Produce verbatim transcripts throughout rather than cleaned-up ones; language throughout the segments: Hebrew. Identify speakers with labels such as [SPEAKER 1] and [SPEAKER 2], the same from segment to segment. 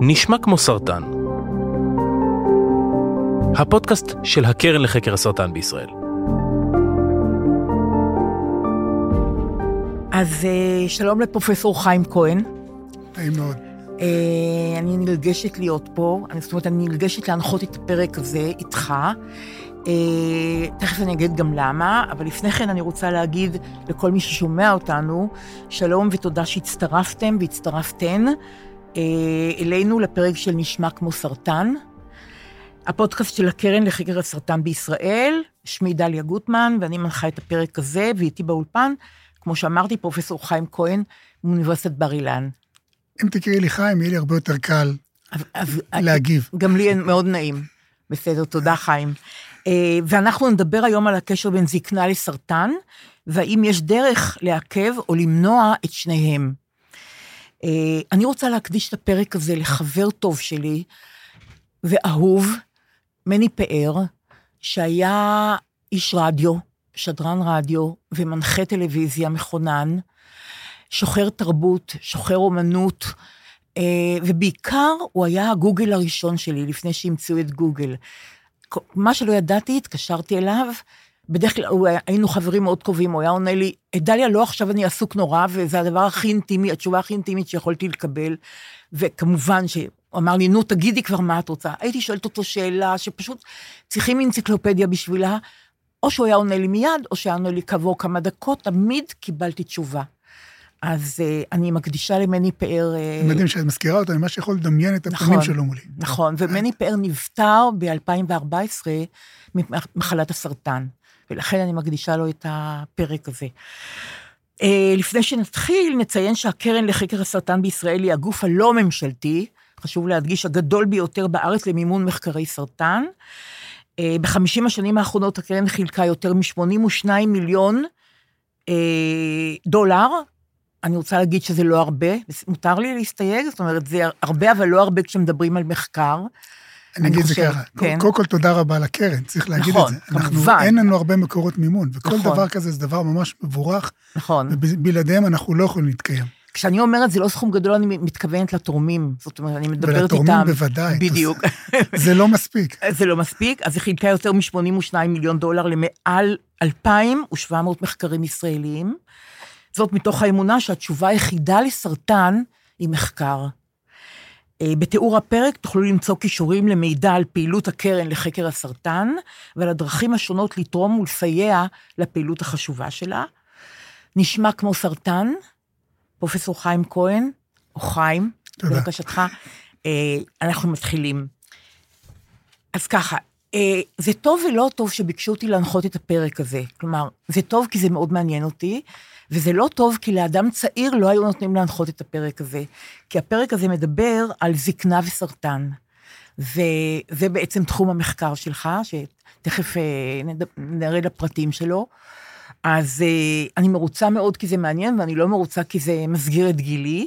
[SPEAKER 1] נשמע כמו סרטן. הפודקאסט של הקרן לחקר הסרטן בישראל.
[SPEAKER 2] אז שלום לפרופסור חיים כהן.
[SPEAKER 3] נעים מאוד.
[SPEAKER 2] אני נרגשת להיות פה, זאת אומרת, אני נרגשת להנחות את הפרק הזה איתך. תכף אני אגיד גם למה, אבל לפני כן אני רוצה להגיד לכל מי ששומע אותנו, שלום ותודה שהצטרפתם והצטרפתן אלינו לפרק של נשמע כמו סרטן. הפודקאסט של הקרן לחקר הסרטן בישראל, שמי דליה גוטמן, ואני מנחה את הפרק הזה, ואיתי באולפן, כמו שאמרתי, פרופסור חיים כהן, מאוניברסיטת בר אילן.
[SPEAKER 3] אם תקראי לי חיים, יהיה לי הרבה יותר קל
[SPEAKER 2] אז, אז,
[SPEAKER 3] להגיב.
[SPEAKER 2] גם לי מאוד נעים. בסדר, תודה חיים. ואנחנו נדבר היום על הקשר בין זקנה לסרטן, והאם יש דרך לעכב או למנוע את שניהם. אני רוצה להקדיש את הפרק הזה לחבר טוב שלי, ואהוב, מני פאר, שהיה איש רדיו, שדרן רדיו, ומנחה טלוויזיה מכונן, שוחר תרבות, שוחר אומנות, ובעיקר הוא היה הגוגל הראשון שלי, לפני שהמצאו את גוגל. מה שלא ידעתי, התקשרתי אליו, בדרך כלל היינו חברים מאוד קרובים, הוא היה עונה לי, דליה, לא עכשיו אני עסוק נורא, וזה הדבר הכי אינטימי, התשובה הכי אינטימית שיכולתי לקבל, וכמובן שהוא אמר לי, נו, תגידי כבר מה את רוצה. הייתי שואלת אותו שאלה, שפשוט צריכים אנציקלופדיה בשבילה, או שהוא היה עונה לי מיד, או שהיה עונה לי כעבור כמה דקות, תמיד קיבלתי תשובה. אז uh, אני מקדישה למני פאר...
[SPEAKER 3] מדהים שאת מזכירה אותו, אני ממש יכול לדמיין את הפנים
[SPEAKER 2] נכון,
[SPEAKER 3] שלו מולי.
[SPEAKER 2] נכון, ומני פאר נפטר ב-אלפיים וארבע עשרה ממחלת הסרטן, ולכן אני מקדישה לו את הפרק הזה. Uh, לפני שנתחיל, נציין שהקרן לחקר הסרטן בישראל היא הגוף הלא ממשלתי, חשוב להדגיש, הגדול ביותר בארץ למימון מחקרי סרטן. Uh, בחמישים השנים האחרונות הקרן חילקה יותר מ-שמונים ושניים מיליון uh, דולר, אני רוצה להגיד שזה לא הרבה, מותר לי להסתייג, זאת אומרת, זה הרבה, אבל לא הרבה כשמדברים על מחקר.
[SPEAKER 3] אני אגיד את זה ככה, קודם כל תודה רבה לקרן, צריך להגיד את זה. נכון, אין לנו הרבה מקורות מימון, וכל דבר כזה זה דבר ממש מבורך, ובלעדיהם אנחנו לא יכולים להתקיים.
[SPEAKER 2] כשאני אומרת, זה לא סכום גדול, אני מתכוונת לתורמים, זאת אומרת, אני מדברת איתם.
[SPEAKER 3] ולתורמים בוודאי.
[SPEAKER 2] בדיוק.
[SPEAKER 3] זה לא מספיק.
[SPEAKER 2] זה לא מספיק, אז היא חילקה יותר מ-שמונים ושניים מיליון דולר למעל אלפיים ושבע מאות מחקרים ישראליים, זאת מתוך האמונה שהתשובה היחידה לסרטן היא מחקר. בתיאור הפרק תוכלו למצוא קישורים למידע על פעילות הקרן לחקר הסרטן, ועל הדרכים השונות לתרום ולסייע לפעילות החשובה שלה. נשמע כמו סרטן, פרופסור חיים כהן, או חיים, בבקשתך, אנחנו מתחילים. אז ככה, זה טוב ולא טוב שביקשו אותי להנחות את הפרק הזה, כלומר, זה טוב כי זה מאוד מעניין אותי, וזה לא טוב כי לאדם צעיר לא היו נותנים להנחות את הפרק הזה, כי הפרק הזה מדבר על זקנה וסרטן, וזה בעצם תחום המחקר שלך, שתכף נראה לפרטים שלו, אז אני מרוצה מאוד כי זה מעניין, ואני לא מרוצה כי זה מסגיר את גילי,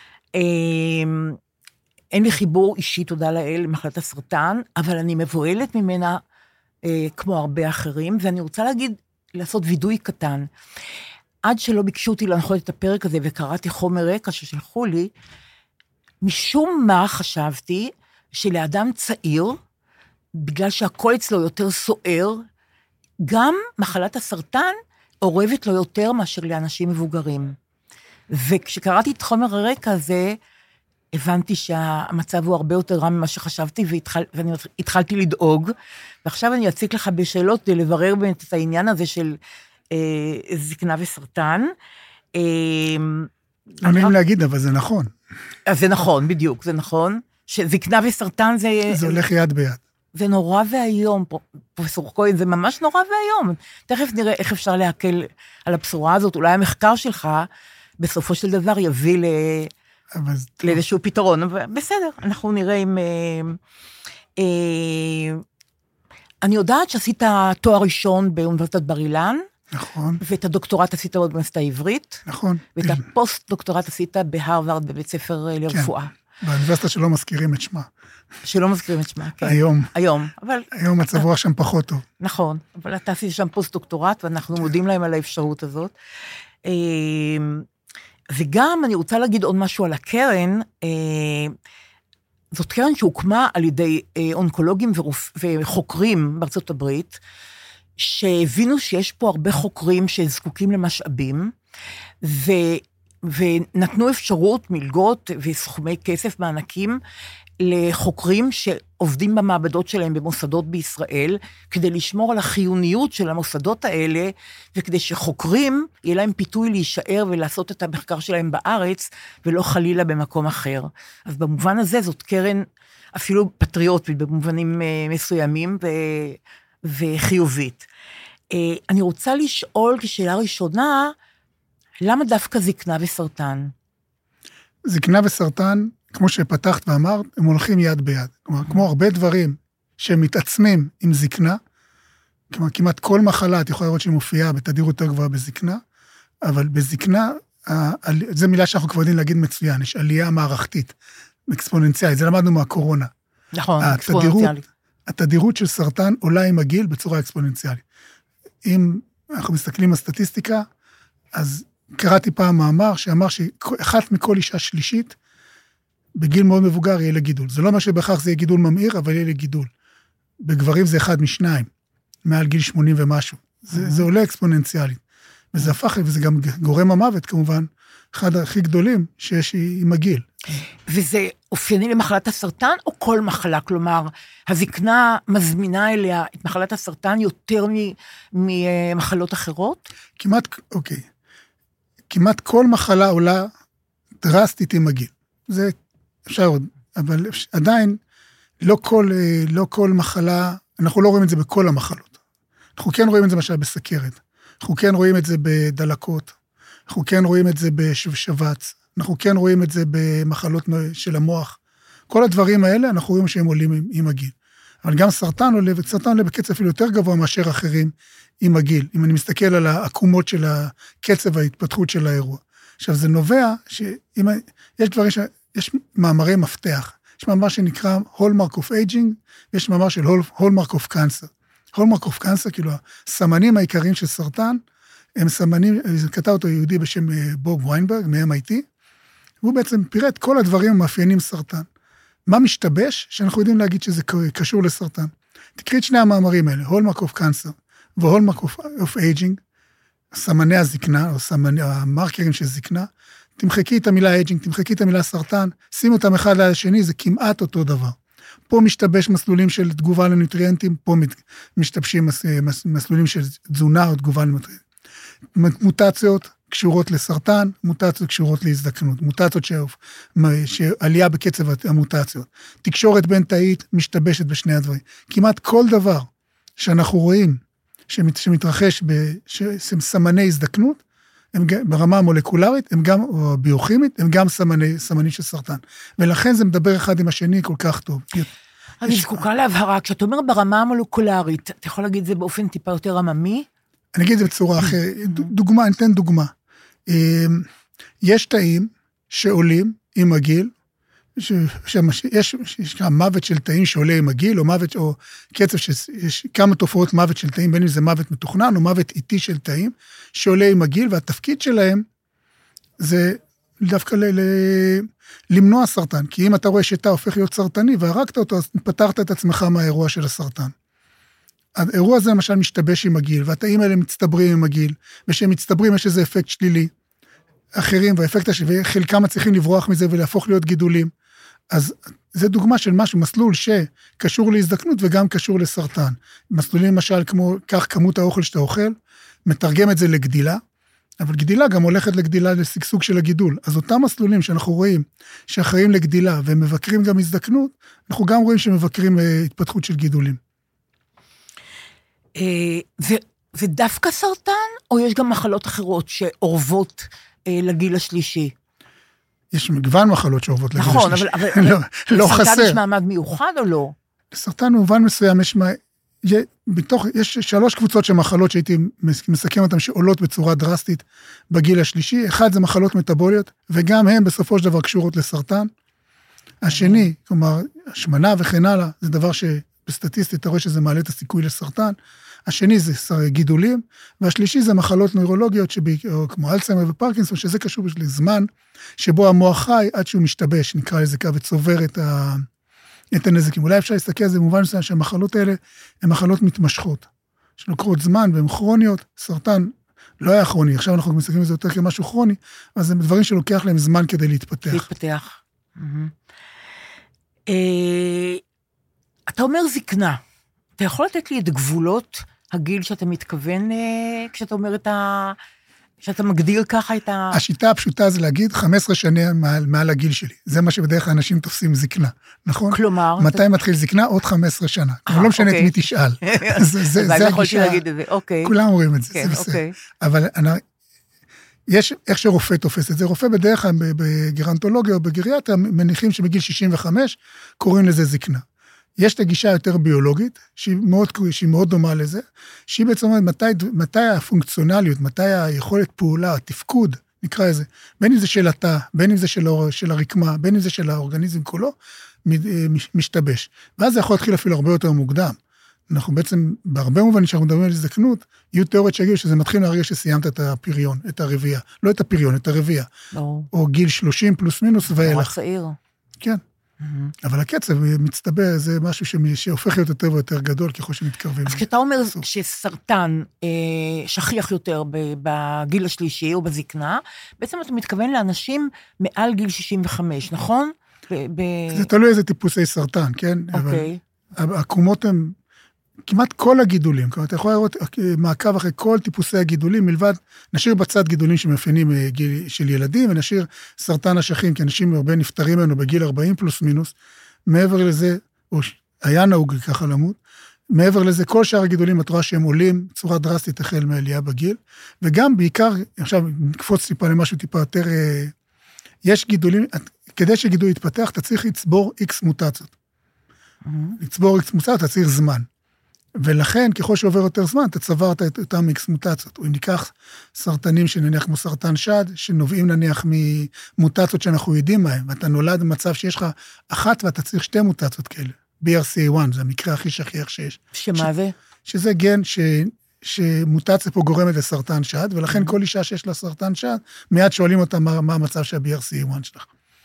[SPEAKER 2] אין לי חיבור אישי, תודה לאל, למחלת הסרטן, אבל אני מבועלת ממנה כמו הרבה אחרים, ואני רוצה להגיד, לעשות וידוי קטן, עד שלא ביקשו אותי להנחות את הפרק הזה, וקראתי חומר רקע ששלחו לי, משום מה חשבתי שלאדם צעיר, בגלל שהכל אצלו יותר סוער, גם מחלת הסרטן עורבת לו יותר מאשר לאנשים מבוגרים. וכשקראתי את חומר הרקע הזה, הבנתי שהמצב הוא הרבה יותר רע ממה שחשבתי, והתחל, ואני התחלתי לדאוג, ועכשיו אני אציק לך בשאלות, כדי לברר באמת את העניין הזה של אה, זקנה וסרטן. אה,
[SPEAKER 3] לא נעים להגיד, אבל זה נכון.
[SPEAKER 2] אז זה נכון, בדיוק, זה נכון, שזקנה וסרטן זה...
[SPEAKER 3] זה הולך יד ביד.
[SPEAKER 2] זה נורא והיום, פרופסור כהן, זה ממש נורא והיום. תכף נראה איך אפשר להקל על הבשורה הזאת, אולי המחקר שלך, בסופו של דבר יביא ל... לאיזשהו פתרון, אבל בסדר, אנחנו נראה אם... אה, אה, אני יודעת שעשית תואר ראשון באוניברסיטת בר אילן,
[SPEAKER 3] נכון.
[SPEAKER 2] ואת הדוקטורט עשית באוניברסיטה העברית,
[SPEAKER 3] נכון.
[SPEAKER 2] ואת הפוסט דוקטורט עשית בהרווארד, בבית ספר לרפואה.
[SPEAKER 3] כן, באוניברסיטה שלא מזכירים את שמה.
[SPEAKER 2] שלא מזכירים את שמה, כן.
[SPEAKER 3] היום.
[SPEAKER 2] היום, אבל...
[SPEAKER 3] היום מצב רוח שם פחות טוב.
[SPEAKER 2] נכון, אבל אתה עשית שם פוסט דוקטורט, ואנחנו מודים להם על האפשרות הזאת. אה, וגם אני רוצה להגיד עוד משהו על הקרן, זאת קרן שהוקמה על ידי אונקולוגים ורופ... וחוקרים בארצות הברית, שהבינו שיש פה הרבה חוקרים שזקוקים למשאבים, ו... ונתנו אפשרות, מלגות וסכומי כסף מענקים, לחוקרים שעובדים במעבדות שלהם במוסדות בישראל, כדי לשמור על החיוניות של המוסדות האלה, וכדי שחוקרים יהיה להם פיתוי להישאר ולעשות את המחקר שלהם בארץ, ולא חלילה במקום אחר. אז במובן הזה זאת קרן אפילו פטריוטית, במובנים מסוימים ו... וחיובית. אני רוצה לשאול כשאלה ראשונה, למה דווקא זקנה וסרטן?
[SPEAKER 3] זקנה וסרטן, כמו שפתחת ואמרת, הם הולכים יד ביד. כלומר, כמו הרבה דברים שמתעצמים עם זקנה, כלומר, כמעט כל מחלה, את יכולה לראות שהיא מופיעה בתדירות יותר גבוהה בזקנה, אבל בזקנה, זו מילה שאנחנו כבר יודעים להגיד מצוין, יש עלייה מערכתית, אקספוננציאלית, זה למדנו מהקורונה.
[SPEAKER 2] נכון, אקספוננציאלית.
[SPEAKER 3] התדירות של סרטן עולה עם הגיל בצורה אקספוננציאלית. אם אנחנו מסתכלים על סטטיסטיקה, אז קראתי פעם מאמר שאמר שאחת מכל אישה שלישית, בגיל מאוד מבוגר יהיה לגידול. זה לא אומר שבכך זה יהיה גידול ממאיר, אבל יהיה לגידול. בגברים זה אחד משניים, מעל גיל שמונים ומשהו. זה, זה עולה אקספוננציאלית. וזה הפך, וזה גם גורם המוות, כמובן, אחד הכי גדולים שיש עם הגיל.
[SPEAKER 2] וזה אופייני למחלת הסרטן, או כל מחלה? כלומר, הזקנה מזמינה אליה את מחלת הסרטן יותר ממחלות אחרות?
[SPEAKER 3] כמעט, אוקיי. כמעט כל מחלה עולה דרסטית עם הגיל. זה אפשר עוד, אבל עדיין לא כל, לא כל מחלה, אנחנו לא רואים את זה בכל המחלות. אנחנו כן רואים את זה למשל בסכרת, אנחנו כן רואים את זה בדלקות, אנחנו כן רואים את זה בשבץ, אנחנו כן רואים את זה במחלות של המוח. כל הדברים האלה אנחנו רואים שהם עולים עם, עם הגיל. אבל גם סרטן עולה, וסרטן עולה בקצב אפילו יותר גבוה מאשר אחרים עם הגיל. אם אני מסתכל על העקומות של הקצב ההתפתחות של האירוע. עכשיו זה נובע שאם יש דברים ש... יש מאמרי מפתח, יש מאמר שנקרא Hallmark of Aging, ויש מאמר של Hallmark of Cancer. Hallmark of Cancer, כאילו הסמנים העיקריים של סרטן, הם סמנים, כתב אותו יהודי בשם בוב ויינברג, מ-אם איי טי, והוא בעצם פירט כל הדברים המאפיינים סרטן. מה משתבש? שאנחנו יודעים להגיד שזה קשור לסרטן. תקריא את שני המאמרים האלה, Hallmark of Cancer ו-Hallmark of, of Aging, סמני הזקנה, או סמני, המרקרים של זקנה, תמחקי את המילה אייג'ינג, תמחקי את המילה סרטן, שימו אותם אחד ליד השני, זה כמעט אותו דבר. פה משתבש מסלולים של תגובה לנוטריאנטים, פה משתבשים מסלולים של תזונה או תגובה לנוטריאנטים. מוטציות קשורות לסרטן, מוטציות קשורות להזדקנות, מוטציות שעלייה בקצב המוטציות. תקשורת בין תאית משתבשת בשני הדברים. כמעט כל דבר שאנחנו רואים שמתרחש בסמני הזדקנות, הם ברמה המולקולרית, הם גם, או ביוכימית, הם גם סמני, סמנים של סרטן. ולכן זה מדבר אחד עם השני כל כך טוב.
[SPEAKER 2] אני זקוקה להבהרה, כשאתה אומר ברמה המולקולרית, אתה יכול להגיד את זה באופן טיפה יותר עממי?
[SPEAKER 3] אני אגיד את זה בצורה אחרת. דוגמה, אני אתן דוגמה. יש תאים שעולים עם הגיל, שיש מוות של תאים שעולה עם הגיל, או מוות, או קצב שיש כמה תופעות מוות של תאים, בין אם זה מוות מתוכנן, או מוות איטי של תאים, שעולה עם הגיל, והתפקיד שלהם זה דווקא ל- ל- למנוע סרטן, כי אם אתה רואה שאתה הופך להיות סרטני, והרגת אותו, אז פתרת את עצמך מהאירוע של הסרטן. האירוע הזה למשל משתבש עם הגיל, והתאים האלה מצטברים עם הגיל, ושהם מצטברים יש איזה אפקט שלילי, אחרים, והאפקט השלילי, חלקם מצליחים לברוח מזה ולהפוך להיות גידולים. אז זה דוגמה של משהו, מסלול שקשור להזדקנות וגם קשור לסרטן. מסלולים למשל כמו, כך כמות האוכל שאתה אוכל, מתרגם את זה לגדילה, אבל גדילה גם הולכת לגדילה לסגסוג של הגידול. אז אותם מסלולים שאנחנו רואים שאחראים לגדילה ומבקרים גם הזדקנות, אנחנו גם רואים שמבקרים התפתחות של גידולים.
[SPEAKER 2] ודווקא סרטן, או יש גם מחלות אחרות שאורבות לגיל השלישי?
[SPEAKER 3] יש מגוון מחלות שאורבות לגיל
[SPEAKER 2] השלישי.
[SPEAKER 3] נכון,
[SPEAKER 2] אבל
[SPEAKER 3] לא חסר.
[SPEAKER 2] לסרטן יש מעמד מיוחד או לא?
[SPEAKER 3] לסרטן במובן מסוים יש... בתוך, יש שלוש קבוצות של מחלות שהייתי מסכם אותן שעולות בצורה דרסטית בגיל השלישי. אחד זה מחלות מטאבוליות, וגם הן בסופו של דבר קשורות לסרטן. השני, כלומר, השמנה וכן הלאה, זה דבר שבסטטיסטית אתה רואה שזה מעלה את הסיכוי לסרטן. השני זה גידולים, והשלישי זה מחלות נוירולוגיות, כמו אלצהיימר ופרקינסון, שזה קשור לזמן שבו המוח חי עד שהוא משתבש, נקרא לזה קו, וצובר את, ה, את הנזקים. אולי אפשר להסתכל על זה במובן שהמחלות האלה הן מחלות מתמשכות, שלוקחות זמן והן כרוניות, סרטן לא היה כרוני, עכשיו אנחנו מסתכלים על זה יותר כמשהו כרוני, אז זה דברים שלוקח להם זמן כדי להתפתח.
[SPEAKER 2] להתפתח. אתה אומר זקנה, אתה יכול לתת לי את גבולות הגיל שאתה מתכוון, כשאתה אומר את ה... שאתה מגדיר ככה את ה...
[SPEAKER 3] השיטה הפשוטה זה להגיד חמש עשרה שנים מעל, מעל הגיל שלי. זה מה שבדרך כלל אנשים תופסים זקנה, נכון?
[SPEAKER 2] כלומר...
[SPEAKER 3] מתי זה... מתחיל זקנה? עוד חמש עשרה שנה. אבל לא משנה את מי תשאל. זה, זה, זה הגישה... להגיד את זה, אוקיי. כולם אומרים את זה, כן, זה בסדר. אוקיי. אבל אני... יש איך שרופא תופס את זה. רופא בדרך כלל בגרנטולוגיה או בגריאטריה מניחים שבגיל שישים וחמש קוראים לזה זקנה. יש את הגישה יותר ביולוגית, שהיא מאוד, שהיא מאוד דומה לזה, שהיא בעצם אומרת, מתי, מתי הפונקציונליות, מתי היכולת פעולה, התפקוד, נקרא לזה, בין אם זה של התא, בין אם זה של, של הרקמה, בין אם זה של האורגניזם כולו, משתבש. ואז זה יכול להתחיל אפילו הרבה יותר מוקדם. אנחנו בעצם, בהרבה מובנים שאנחנו מדברים על הזדקנות, יהיו תיאוריות שיגידו שזה מתחיל להרגיע שסיימת את הפריון, את הרבייה. לא את הפריון, את הרבייה. לא. או גיל שלושים פלוס מינוס ואילך.
[SPEAKER 2] צעיר.
[SPEAKER 3] כן. אבל הקצב מצטבר, זה משהו שהופך להיות יותר ויותר גדול ככל שמתקרבים.
[SPEAKER 2] אז כשאתה אומר שסרטן שכיח יותר בגיל השלישי או בזקנה, בעצם אתה מתכוון לאנשים מעל גיל שישים וחמש, נכון?
[SPEAKER 3] זה תלוי איזה טיפוסי סרטן, כן?
[SPEAKER 2] אוקיי.
[SPEAKER 3] הקומות הן כמעט כל הגידולים, כלומר, אתה יכול לראות מעקב אחרי כל טיפוסי הגידולים, מלבד, נשאיר בצד גידולים שמאפיינים של ילדים, ונשאיר סרטן אשכים, כי אנשים הרבה נפטרים ממנו בגיל ארבעים פלוס מינוס, מעבר לזה, או היה נהוג ככה למות, מעבר לזה, כל שאר הגידולים, את רואה שהם עולים, צורה דרסטית החל מעלייה בגיל, וגם בעיקר, עכשיו נקפוץ טיפה למשהו טיפה יותר, יש גידולים, כדי שגידול יתפתח, אתה צריך לצבור איקס מוטציות. לצבור איקס מוטציות, אתה צריך זמן. ולכן, ככל שעובר יותר זמן, אתה צברת את אותם איקס מוטציות. אם ניקח סרטנים שנניח כמו סרטן שד, שנובעים נניח ממוטציות שאנחנו יודעים מהם, ואתה נולד במצב שיש לך אחת ואתה צריך שתי מוטציות כאלה. בי אר סי איי אחת, זה המקרה הכי שכיח שיש.
[SPEAKER 2] שמה זה?
[SPEAKER 3] שזה גן ש... שמוטציה פה גורמת לסרטן שד, ולכן כל אישה שיש לה סרטן שד, מיד שואלים אותה מה, מה המצב של ה-בי אר סי איי אחת שלך.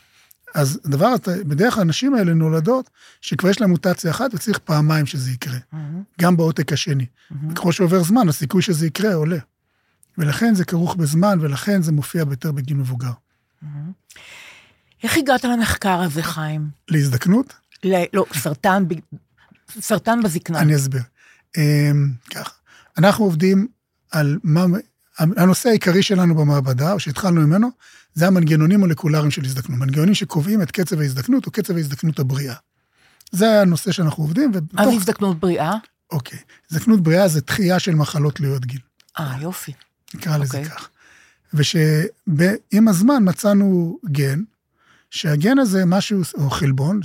[SPEAKER 3] אז הדבר, בדרך כלל האנשים האלה נולדות, שכבר יש להם מוטציה אחת, וצריך פעמיים שזה יקרה. Mm-hmm. גם בעותק השני. Mm-hmm. וככל שעובר זמן, הסיכוי שזה יקרה עולה. ולכן זה כרוך בזמן, ולכן זה מופיע ביותר בגיל מבוגר.
[SPEAKER 2] Mm-hmm. איך הגעת למחקר הזה, חיים?
[SPEAKER 3] להזדקנות?
[SPEAKER 2] ל- לא, סרטן, ב... סרטן בזקנה.
[SPEAKER 3] אני אסביר. ככה, אנחנו עובדים על מה... הנושא העיקרי שלנו במעבדה, או שהתחלנו ממנו, זה המנגנונים מולקולריים של הזדקנות. מנגנונים שקובעים את קצב ההזדקנות, או קצב ההזדקנות הבריאה. זה הנושא שאנחנו עובדים.
[SPEAKER 2] אז הזדקנות בריאה?
[SPEAKER 3] אוקיי. הזדקנות בריאה זה דחייה של מחלות תלויות גיל.
[SPEAKER 2] אה, יופי.
[SPEAKER 3] נקרא לזה כך. ושעם הזמן מצאנו גן, שהגן הזה משהו, או חלבון,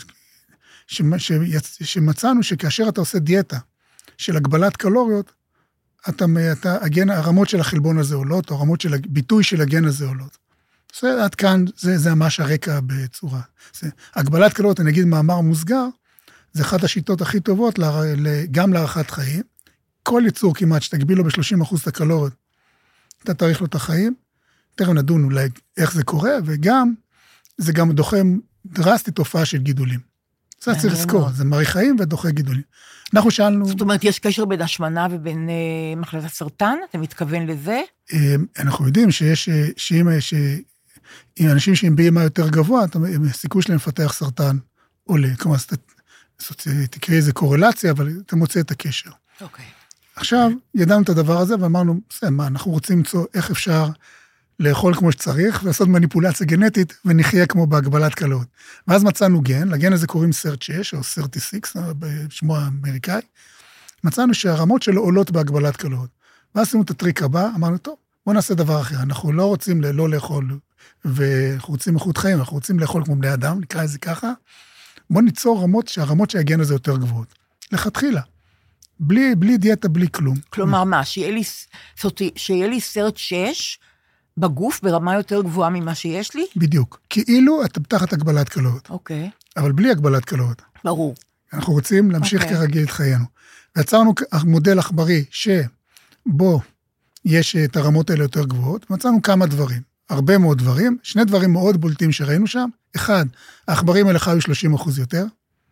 [SPEAKER 3] שמצאנו שכאשר אתה עושה דיאטה של הגבלת קלוריות, אתה, אתה, הגן, הרמות של החלבון הזה עולות, או הרמות של הביטוי של הגן הזה עולות. זה, עד כאן, זה, זה ממש הרקע בצורה. זה, הגבלת קלוריות, אני אגיד מאמר מוסגר, זה אחת השיטות הכי טובות, לה, גם להארכת חיים. כל יצור כמעט, שתגביל לו ב-שלושים אחוז את הקלוריות, אתה תאריך לו את החיים, תכף נדון אולי איך זה קורה, וגם, זה גם דוחה דרסטית תופעה של גידולים. זה צריך לזכור, זה מאריך חיים ודוחה גידולים. אנחנו שאלנו...
[SPEAKER 2] זאת אומרת, יש קשר בין השמנה ובין uh, מחלת הסרטן? אתה מתכוון לזה?
[SPEAKER 3] אנחנו יודעים שיש, שאם עם אנשים שעם בי אם איי יותר גבוה, הסיכוי שלהם לפתח סרטן עולה. כלומר, תקראי איזה קורלציה, אבל אתה מוצא את הקשר.
[SPEAKER 2] אוקיי.
[SPEAKER 3] עכשיו, ידענו את הדבר הזה, ואמרנו, בסדר, מה, אנחנו רוצים למצוא איך אפשר לאכול כמו שצריך, ולעשות מניפולציה גנטית, ונחיה כמו בהגבלת קלוריות. ואז מצאנו גן, לגן הזה קוראים סרט שש, או סרטי סיקס, בשמו האמריקאי, מצאנו שהרמות שלו עולות בהגבלת קלוריות. ואז עשינו את הטריק הבא, אמרנו, טוב, בוא נעשה דבר אחר, אנחנו לא רוצים לא לאכול, ואנחנו רוצים איכות חיים, אנחנו רוצים לאכול כמו בני אדם, נקרא את זה ככה, בוא ניצור רמות, שהרמות של הגן הזה יותר גבוהות. לכתחילה. בלי, בלי דיאטה, בלי כלום.
[SPEAKER 2] כלומר מה, שיהיה לי, שיהיה לי סרט שש, בגוף ברמה יותר גבוהה ממה שיש לי?
[SPEAKER 3] בדיוק. כאילו אתה תחת הגבלת קלוריות.
[SPEAKER 2] אוקיי.
[SPEAKER 3] אבל בלי הגבלת קלוריות.
[SPEAKER 2] ברור.
[SPEAKER 3] אנחנו רוצים להמשיך
[SPEAKER 2] אוקיי.
[SPEAKER 3] כרגיל את חיינו. ויצרנו מודל עכברי שבו יש את הרמות האלה יותר גבוהות, מצאנו כמה דברים. הרבה מאוד דברים. שני דברים מאוד בולטים שראינו שם. אחד, העכברים האלה חיו שלושים אחוז יותר.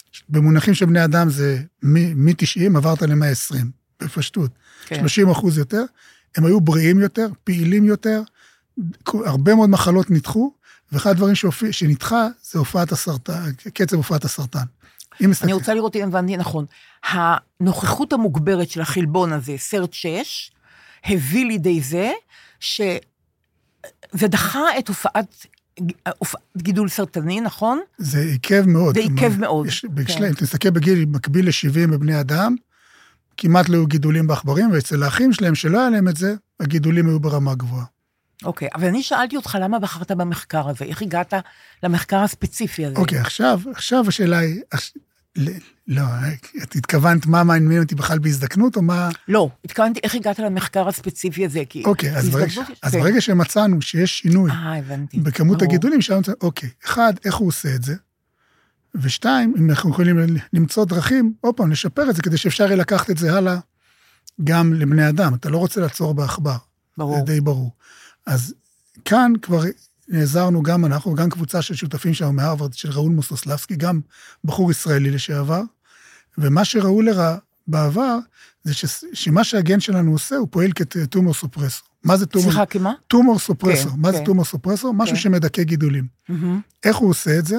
[SPEAKER 3] במונחים של בני אדם זה מ-תשעים עברת ל-מאה ועשרים, בפשטות. כן. שלושים אחוז יותר, הם היו בריאים יותר, פעילים יותר, הרבה מאוד מחלות נדחו, ואחד הדברים שהופיע, שנדחה זה הופעת הסרטן, קצב הופעת הסרטן.
[SPEAKER 2] אני רוצה לראות אם הבנתי נכון. הנוכחות המוגברת של החלבון הזה, סרט שש, הביא לידי זה, שזה דחה את הופעת, הופעת גידול סרטני, נכון?
[SPEAKER 3] זה עיכב מאוד.
[SPEAKER 2] זה עיכב מאוד.
[SPEAKER 3] יש, כן. אם תסתכל בגיל מקביל ל-שבעים בבני אדם, כמעט לא היו גידולים בעכברים, ואצל האחים שלהם שלא היה להם את זה, הגידולים היו ברמה גבוהה.
[SPEAKER 2] אוקיי, אבל אני שאלתי אותך למה בחרת במחקר הזה, איך הגעת למחקר הספציפי הזה?
[SPEAKER 3] אוקיי, עכשיו, עכשיו השאלה היא, לא, את התכוונת מה מעניין אותי בכלל בהזדקנות, או מה...
[SPEAKER 2] לא, התכוונתי איך הגעת למחקר הספציפי הזה, כי...
[SPEAKER 3] אוקיי, אז ברגע, אז ברגע שמצאנו שיש שינוי בכמות הגידולים, שאלנו, אוקיי, אחד, איך הוא עושה את זה, ושתיים, אם אנחנו יכולים למצוא דרכים, עוד פעם, לשפר את זה, כדי שאפשר יהיה לקחת את זה הלאה, גם לבני אדם, אתה לא רוצה לעצור בעכבר. ברור. זה די ברור. אז כאן כבר נעזרנו גם אנחנו, גם קבוצה של שותפים שלנו מהרווארד, של ראול מוסוסלבסקי, גם בחור ישראלי לשעבר, ומה שראו לרע בעבר, זה שמה שהגן שלנו עושה, הוא פועל כטומור סופרסור. מה זה טומור?
[SPEAKER 2] סליחה, כמה?
[SPEAKER 3] טומור סופרסור. מה זה טומור סופרסור? משהו שמדכא גידולים. איך הוא עושה את זה?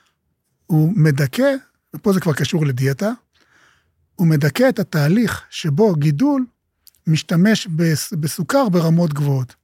[SPEAKER 3] הוא מדכא, ופה זה כבר קשור לדיאטה, הוא מדכא את התהליך שבו גידול משתמש בסוכר ברמות גבוהות.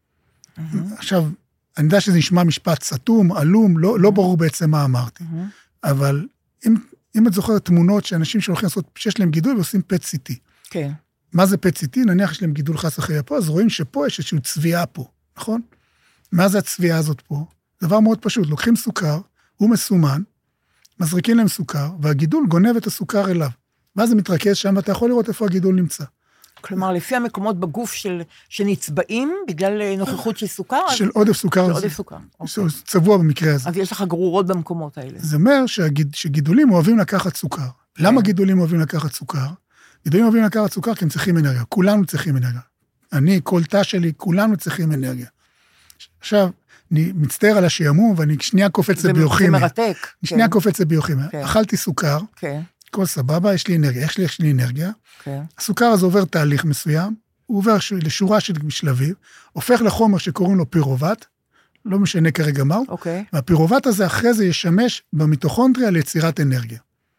[SPEAKER 3] עכשיו, אני יודע שזה נשמע משפט סתום, עלום, לא, לא ברור בעצם מה אמרתי. אבל אם, אם את זוכרת תמונות שאנשים שהולכים לעשות, שיש להם גידול ועושים פט סי טי.
[SPEAKER 2] כן.
[SPEAKER 3] מה זה פט סי טי? נניח יש להם גידול חס אחרי פה, אז רואים שפה יש איזושהי צביעה פה, נכון? מה זה הצביעה הזאת פה? דבר מאוד פשוט, לוקחים סוכר, הוא מסומן, מזריקים להם סוכר, והגידול גונב את הסוכר אליו. ואז זה מתרכז שם, ואתה יכול לראות איפה הגידול נמצא.
[SPEAKER 2] כלומר, לפי המקומות בגוף של, שנצבעים, בגלל נוכחות של סוכר?
[SPEAKER 3] של עודף סוכר.
[SPEAKER 2] של עודף סוכר.
[SPEAKER 3] צבוע במקרה הזה.
[SPEAKER 2] אז יש לך גרורות במקומות האלה.
[SPEAKER 3] זה אומר שהגיד, שגידולים אוהבים לקחת סוכר. למה גידולים אוהבים לקחת סוכר? גידולים אוהבים לקחת סוכר כי הם צריכים אנרגיה. כולנו צריכים אנרגיה. אני, כל תא שלי, כולנו צריכים אנרגיה. עכשיו, אני מצטער על השעמום, ואני שנייה קופץ לביוכימיה.
[SPEAKER 2] זה מרתק.
[SPEAKER 3] שנייה קופץ לביוכימיה. אכלתי סוכר.
[SPEAKER 2] כן.
[SPEAKER 3] כל סבבה, יש לי אנרגיה. איך יש לי אנרגיה? הסוכר הזה עובר תהליך מסוים, הוא עובר לשורה של שלבים, הופך לחומר שקוראים לו פירובט, לא משנה כרגע מהו, והפירובט הזה אחרי זה ישמש במיטוכונדריה ליצירת אנרגיה.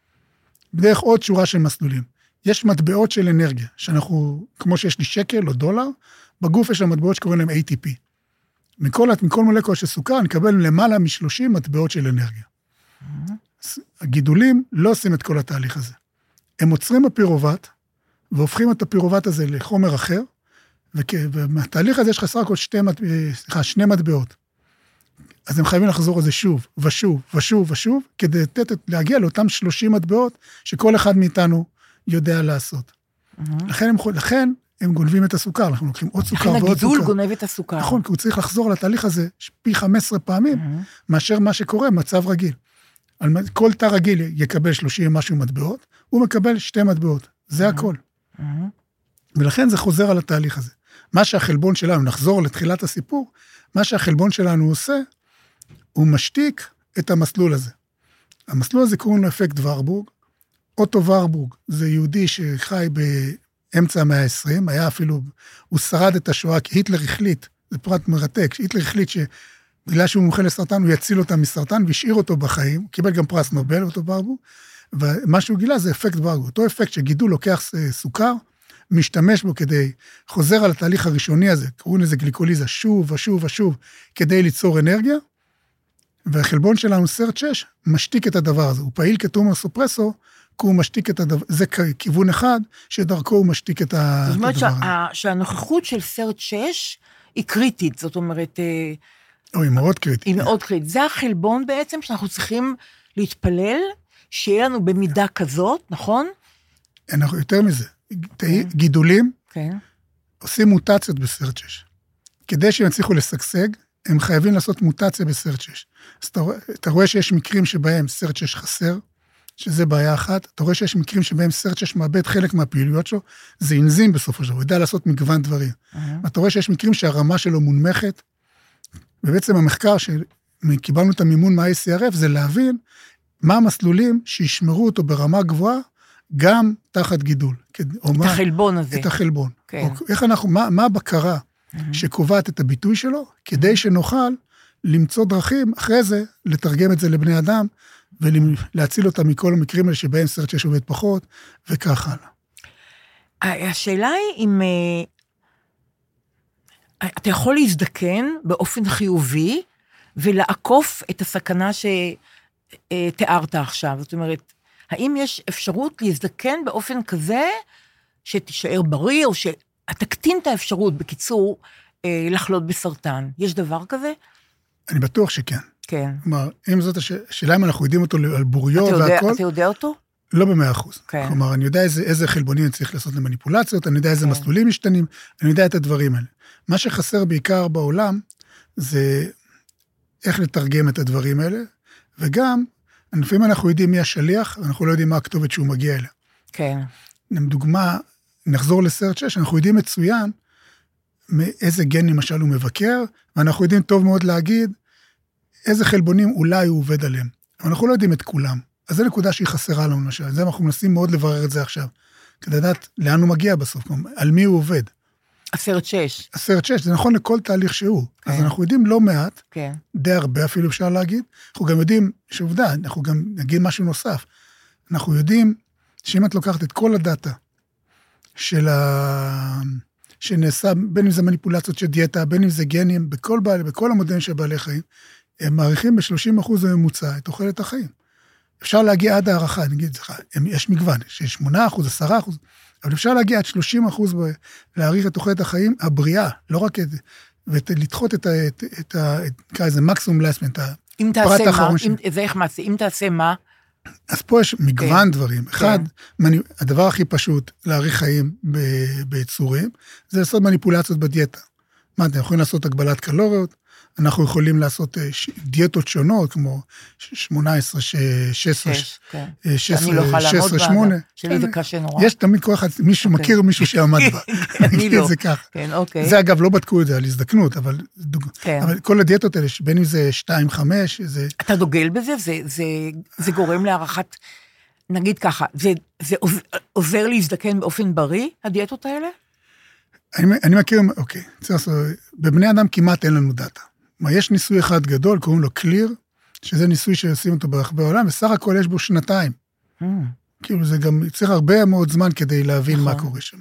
[SPEAKER 3] בדרך עוד שורה של מסלולים. יש מטבעות של אנרגיה, שאנחנו, כמו שיש לי שקל או דולר, בגוף יש המטבעות שקוראים להם איי טי פי. מכל, מכל מולקולה של סוכר, נקבל למעלה מ-שלושים מטבעות של אנרגיה. הגידולים לא עושים את כל התהליך הזה. הם עוצרים הפירובט, והופכים את הפירובט הזה לחומר אחר, ומהתהליך הזה יש חסר כל שתי, סליחה, שני מטבעות. אז הם חייבים לחזור על זה שוב, ושוב, ושוב, ושוב, כדי להגיע לאותם שלושים מטבעות, שכל אחד מאיתנו יודע לעשות. לכן הם, לכן הם גונבים את הסוכר, אנחנו לוקחים עוד סוכר ועוד סוכר.
[SPEAKER 2] לכן הגידול גונב את הסוכר.
[SPEAKER 3] נכון, כי הוא צריך לחזור לתהליך הזה פי חמש עשרה פעמים, מאשר מה שקורה במצב רגיל. כל תא רגיל יקבל שלושים משהו מטבעות, הוא מקבל שתי מטבעות. זה הכל. ולכן זה חוזר על התהליך הזה. מה שהחלבון שלנו, נחזור לתחילת הסיפור, מה שהחלבון שלנו עושה, הוא משתיק את המסלול הזה. המסלול הזה קוראים לו אפקט ורבורג. אוטו ורבורג זה יהודי שחי באמצע המאה ה-עשרים, היה אפילו, הוא שרד את השואה, כי היטלר החליט, זה פרט מרתק, היטלר החליט ש... בגלל שהוא מומחה לסרטן, הוא יציל אותם מסרטן, והשאיר אותו בחיים, הוא קיבל גם פרס נובל, אותו ברבורג, ומה שהוא גילה זה אפקט ורבורג, אותו אפקט שגידול לוקח סוכר, משתמש בו כדי, חוזר על התהליך הראשוני הזה, קוראים לזה גליקוליזה, שוב ושוב ושוב, כדי ליצור אנרגיה, והחלבון שלנו, סרט שש, משתיק את הדבר הזה, הוא פעיל כטומור סופרסור, כי הוא משתיק את הדבר, זה כיוון אחד, שדרכו הוא משתיק את הדבר הזה.
[SPEAKER 2] זאת אומרת שהנוכחות של סרט שש, היא קריטית, זאת אומרת,
[SPEAKER 3] או, היא מאוד קריטית.
[SPEAKER 2] היא מאוד קריטית. זה החלבון בעצם שאנחנו צריכים להתפלל, שיהיה לנו במידה כזאת, נכון?
[SPEAKER 3] אנחנו יותר מזה. גידולים עושים מוטציות בסרט שש. כדי שהם יצליחו לשגשג, הם חייבים לעשות מוטציה בסרט שש. אז אתה רואה שיש מקרים שבהם סרט שש חסר, שזה בעיה אחת. אתה רואה שיש מקרים שבהם סרט שש מאבד חלק מהפעילויות שלו, זה אנזים בסופו של דבר, הוא יודע לעשות מגוון דברים. אתה רואה שיש מקרים שהרמה שלו מונמכת, ובעצם המחקר שקיבלנו את המימון מה-איי סי אר אף, זה להבין מה המסלולים שישמרו אותו ברמה גבוהה, גם תחת גידול.
[SPEAKER 2] את
[SPEAKER 3] מה,
[SPEAKER 2] החלבון הזה.
[SPEAKER 3] את החלבון.
[SPEAKER 2] כן.
[SPEAKER 3] או, איך אנחנו, מה, מה הבקרה mm-hmm. שקובעת את הביטוי שלו, כדי שנוכל למצוא דרכים, אחרי זה, לתרגם את זה לבני אדם, ולהציל אותם מכל המקרים האלה, שבהם סרט שש עובד פחות, וכך הלאה.
[SPEAKER 2] השאלה היא אם אתה יכול להזדקן באופן חיובי, ולעקוף את הסכנה שתיארת עכשיו. זאת אומרת, האם יש אפשרות להזדקן באופן כזה, שתישאר בריא, או שתקטין את האפשרות, בקיצור, לחלות בסרטן? יש דבר כזה?
[SPEAKER 3] אני בטוח שכן.
[SPEAKER 2] כן.
[SPEAKER 3] כלומר, אם זאת השאלה, אם אנחנו יודעים אותו על בוריו והכל...
[SPEAKER 2] אתה יודע אותו?
[SPEAKER 3] לא במאה אחוז.
[SPEAKER 2] כן.
[SPEAKER 3] כלומר, אני יודע איזה, איזה חלבונים אני צריך לעשות למניפולציות, אני יודע איזה כן. מסלולים משתנים, אני יודע את הדברים האלה. מה שחסר בעיקר בעולם, זה איך לתרגם את הדברים האלה, וגם, לפעמים אנחנו יודעים מי השליח, אנחנו לא יודעים מה הכתובת שהוא מגיע אליה.
[SPEAKER 2] כן.
[SPEAKER 3] דוגמה, נחזור לסרט שש, אנחנו יודעים מצוין, מאיזה גן למשל הוא מבקר, ואנחנו יודעים טוב מאוד להגיד, איזה חלבונים אולי הוא עובד עליהם. אבל אנחנו לא יודעים את כולם. אז זו נקודה שהיא חסרה לנו למשל. זה אנחנו מנסים מאוד לברר את זה עכשיו. כדי לדעת לאן הוא מגיע בסוף, על מי הוא עובד.
[SPEAKER 2] הסרט שש.
[SPEAKER 3] הסרט שש, זה נכון לכל תהליך שהוא. כן. אז אנחנו יודעים לא מעט,
[SPEAKER 2] כן. די
[SPEAKER 3] הרבה אפילו אפשר להגיד. אנחנו גם יודעים, שעובדה, אנחנו גם נגיד משהו נוסף. אנחנו יודעים שאם את לוקחת את כל הדאטה של ה... שנעשה, בין אם זה מניפולציות של דיאטה, בין אם זה גנים, בכל, בעלי, בכל המודלים של בעלי חיים, הם מעריכים ב-שלושים אחוז הממוצע את תוחלת החיים. אפשר להגיע עד הערכה, נגיד, יש מגוון, שיש שמונה אחוז, עשרה אחוז, אבל אפשר להגיע עד שלושים אחוז להעריך את תוחלת החיים הבריאה, לא רק את, ולדחות את ה... את, את ה... נקרא איזה מקסימום לסמנט, הפרט האחרון
[SPEAKER 2] אם, זה איך מעשה, אם תעשה מה?
[SPEAKER 3] אז פה יש מגוון דברים. אחד, הדבר הכי פשוט להאריך חיים ביצורים, זה לעשות מניפולציות בדיאטה. מה, אתם יכולים לעשות הגבלת קלוריות, אנחנו יכולים לעשות דיאטות שונות, כמו שמונה עשרה, שש עשרה, שש עשרה, שמונה.
[SPEAKER 2] שלי זה קשה נורא.
[SPEAKER 3] יש תמיד כל אחד, מישהו מכיר מישהו שעמד בה.
[SPEAKER 2] אני לא.
[SPEAKER 3] זה כך.
[SPEAKER 2] כן, אוקיי.
[SPEAKER 3] זה אגב, לא בדקו את זה על הזדקנות, אבל כל הדיאטות האלה, בין אם זה שתיים חמש, זה...
[SPEAKER 2] אתה דוגל בזה? זה גורם להערכת, נגיד ככה, זה עוזר להזדקן באופן בריא, הדיאטות האלה?
[SPEAKER 3] אני מכיר, אוקיי, בבני אדם כמעט אין לנו דאטה. יש ניסוי אחד גדול, קוראים לו קליר, שזה ניסוי שעושים אותו ברחבי העולם, וסך הכל יש בו שנתיים. כאילו זה גם צריך הרבה מאוד זמן כדי להבין מה קורה שם.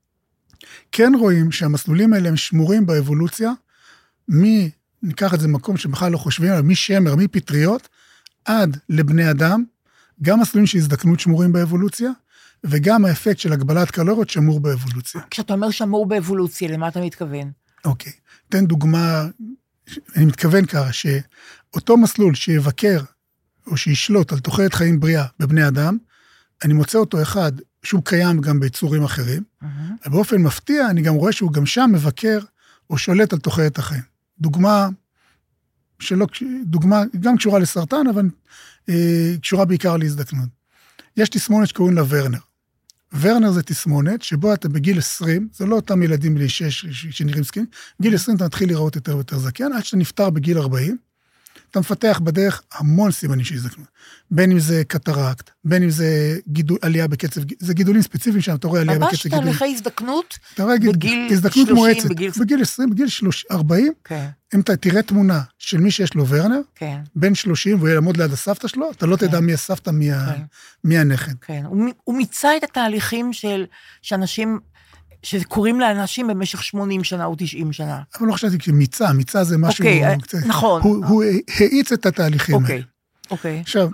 [SPEAKER 3] כן רואים שהמסלולים האלה הם שמורים באבולוציה, מי, ניקח את זה מקום שבכלל לא חושבים עליו, משמר, מפטריות, עד לבני אדם, גם מסלולים שהזדקנות שמורים באבולוציה, וגם האפקט של הגבלת קלוריות שמור באבולוציה.
[SPEAKER 2] כשאתה אומר שמור באבולוציה, למה אתה מתכוון?
[SPEAKER 3] אוקיי, תן דוגמה, אני מתכוון ככה, שאותו מסלול שיבקר, או שישלוט על תוחלת חיים בריאה בבני אדם, אני מוצא אותו אחד, שהוא קיים גם ביצורים אחרים, אבל באופן מפתיע, אני גם רואה שהוא גם שם מבקר, או שולט על תוחלת החיים. דוגמה, שלא, דוגמה, גם קשורה לסרטן, אבל אה, קשורה בעיקר להזדקנות. יש תסמונת שקוראים לה ורנר. ורנר זה תסמונת, שבו אתה בגיל עשרים, זה לא אותם ילדים בלי שש שנראים סכינים, בגיל עשרים אתה מתחיל לראות יותר ויותר זקן, עד שאתה נפטר בגיל ארבעים, אתה מפתח בדרך המון סימנים שהזדקנו. בין אם זה קטרקט, בין אם זה גידול, עלייה בקצב, זה גידולים ספציפיים שם, אתה רואה עלייה בקצב גידולים.
[SPEAKER 2] ממש תהליכי הזדקנות?
[SPEAKER 3] אתה רואה הזדקנות מואצת, בגיל עשרים, בגיל ארבעים, אם אתה תראה תמונה של מי שיש לו ורנר, בין שלושים, והוא יעמוד ליד הסבתא שלו, אתה לא תדע מי הסבתא, מי הנכד.
[SPEAKER 2] כן, הוא מיצה את התהליכים של שאנשים... שקוראים לאנשים במשך שמונים שנה או תשעים שנה.
[SPEAKER 3] אבל לא חשבתי כמיצה, מיצה זה משהו...
[SPEAKER 2] אוקיי, נכון.
[SPEAKER 3] הוא האיץ את התהליכים האלה.
[SPEAKER 2] אוקיי, אוקיי.
[SPEAKER 3] עכשיו,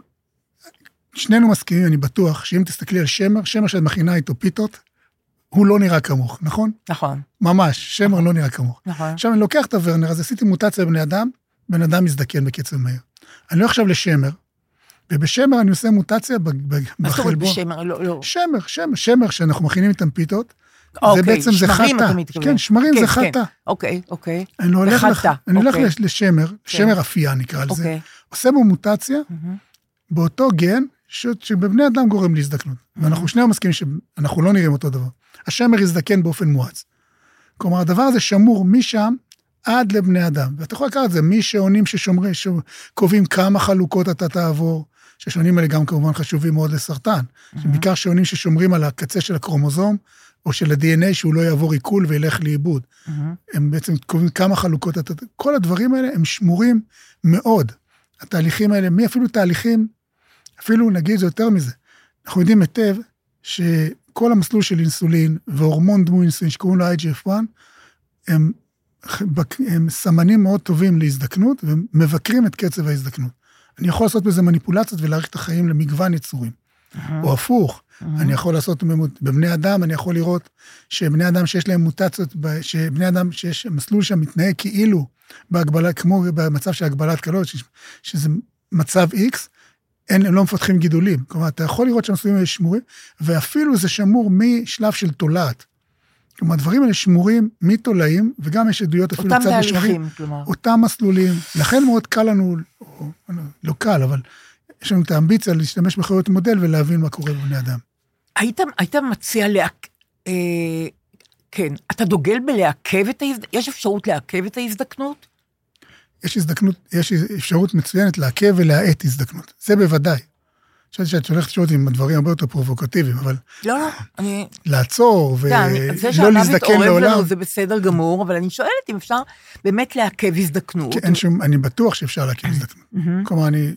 [SPEAKER 3] שנינו מסכימים, אני בטוח, שאם תסתכלי על שמר, שמר שאת מכינה איתו פיתות, הוא לא נראה כמוך, נכון?
[SPEAKER 2] נכון.
[SPEAKER 3] ממש, שמר לא נראה כמוך.
[SPEAKER 2] נכון.
[SPEAKER 3] עכשיו, אני לוקח את הוורנר, אז עשיתי מוטציה בבני אדם, בן אדם מזדקן בקצב מהיר. אני לא עכשיו לשמר, ובשמר אני עושה מוטציה בחלבון.
[SPEAKER 2] מה זאת אומרת בשמר? לא, לא.
[SPEAKER 3] שמר, שמר, שמר, שאנחנו מכינים איתם פיתות,
[SPEAKER 2] אוקיי,
[SPEAKER 3] זה בעצם זה חטא. כן, שמרים זה חטא.
[SPEAKER 2] אוקיי, אוקיי.
[SPEAKER 3] אני הולך לשמר, שמר אפייה נקרא לזה, עושה בו מוטציה, באותו גן, שבבני אדם גורם להזדקנות. ואנחנו שנינו מסכימים שאנחנו לא נראים אותו דבר. השמר יזדקן באופן מואץ. כלומר, הדבר הזה שמור משם עד לבני אדם. ואתה יכול לקרוא את זה, מי שעונים ששומרים, שקובעים כמה חלוקות אתה תעבור, שהשעונים האלה גם כמובן חשובים מאוד לסרטן, בעיקר שעונים ששומרים על הקצה של הקרומוזום, או של ה-די אן איי שהוא לא יעבור עיכול וילך לאיבוד. הם בעצם קובעים כמה חלוקות, כל הדברים האלה הם שמורים מאוד. התהליכים האלה, מי אפילו תהליכים, אפילו נגיד זה יותר מזה, אנחנו יודעים היטב שכל המסלול של אינסולין והורמון דמוי אינסולין שקוראים לו איי ג'י אף אחת, הם, הם סמנים מאוד טובים להזדקנות, ומבקרים את קצב ההזדקנות. אני יכול לעשות בזה מניפולציות ולהאריך את החיים למגוון יצורים. או הפוך, אני יכול לעשות, בבני אדם אני יכול לראות שבני אדם שיש להם מוטציות, שבני אדם שיש מסלול שם מתנהג כאילו בהגבלה, כמו במצב של הגבלת קלות, שזה מצב X, אין, הם לא מפתחים גידולים. כלומר, אתה יכול לראות שהמסלולים האלה שמורים, ואפילו זה שמור משלב של תולעת. כלומר, הדברים האלה שמורים מתולעים, וגם יש עדויות אפילו
[SPEAKER 2] צד
[SPEAKER 3] משמרים.
[SPEAKER 2] אותם תהליכים, כלומר.
[SPEAKER 3] אותם מסלולים. לכן מאוד קל לנו, או, לא קל, אבל יש לנו את האמביציה להשתמש בחיות מודל ולהבין מה קורה בבני אדם.
[SPEAKER 2] היית, היית מציע להק... אה, כן, אתה דוגל בלעכב את ההזדקנות? יש אפשרות לעכב את ההזדקנות?
[SPEAKER 3] יש הזדקנות, יש אפשרות מצוינת לעכב ולהאט הזדקנות. זה בוודאי. חשבתי שאת הולכת לשאול עם הדברים הרבה יותר פרובוקטיביים, אבל...
[SPEAKER 2] לא, לא, אני...
[SPEAKER 3] לעצור ולא להזדקן לעולם.
[SPEAKER 2] זה בסדר גמור, אבל אני שואלת אם אפשר באמת לעכב הזדקנות.
[SPEAKER 3] כי אין שום, אני בטוח שאפשר לעכב הזדקנות. כלומר, אני...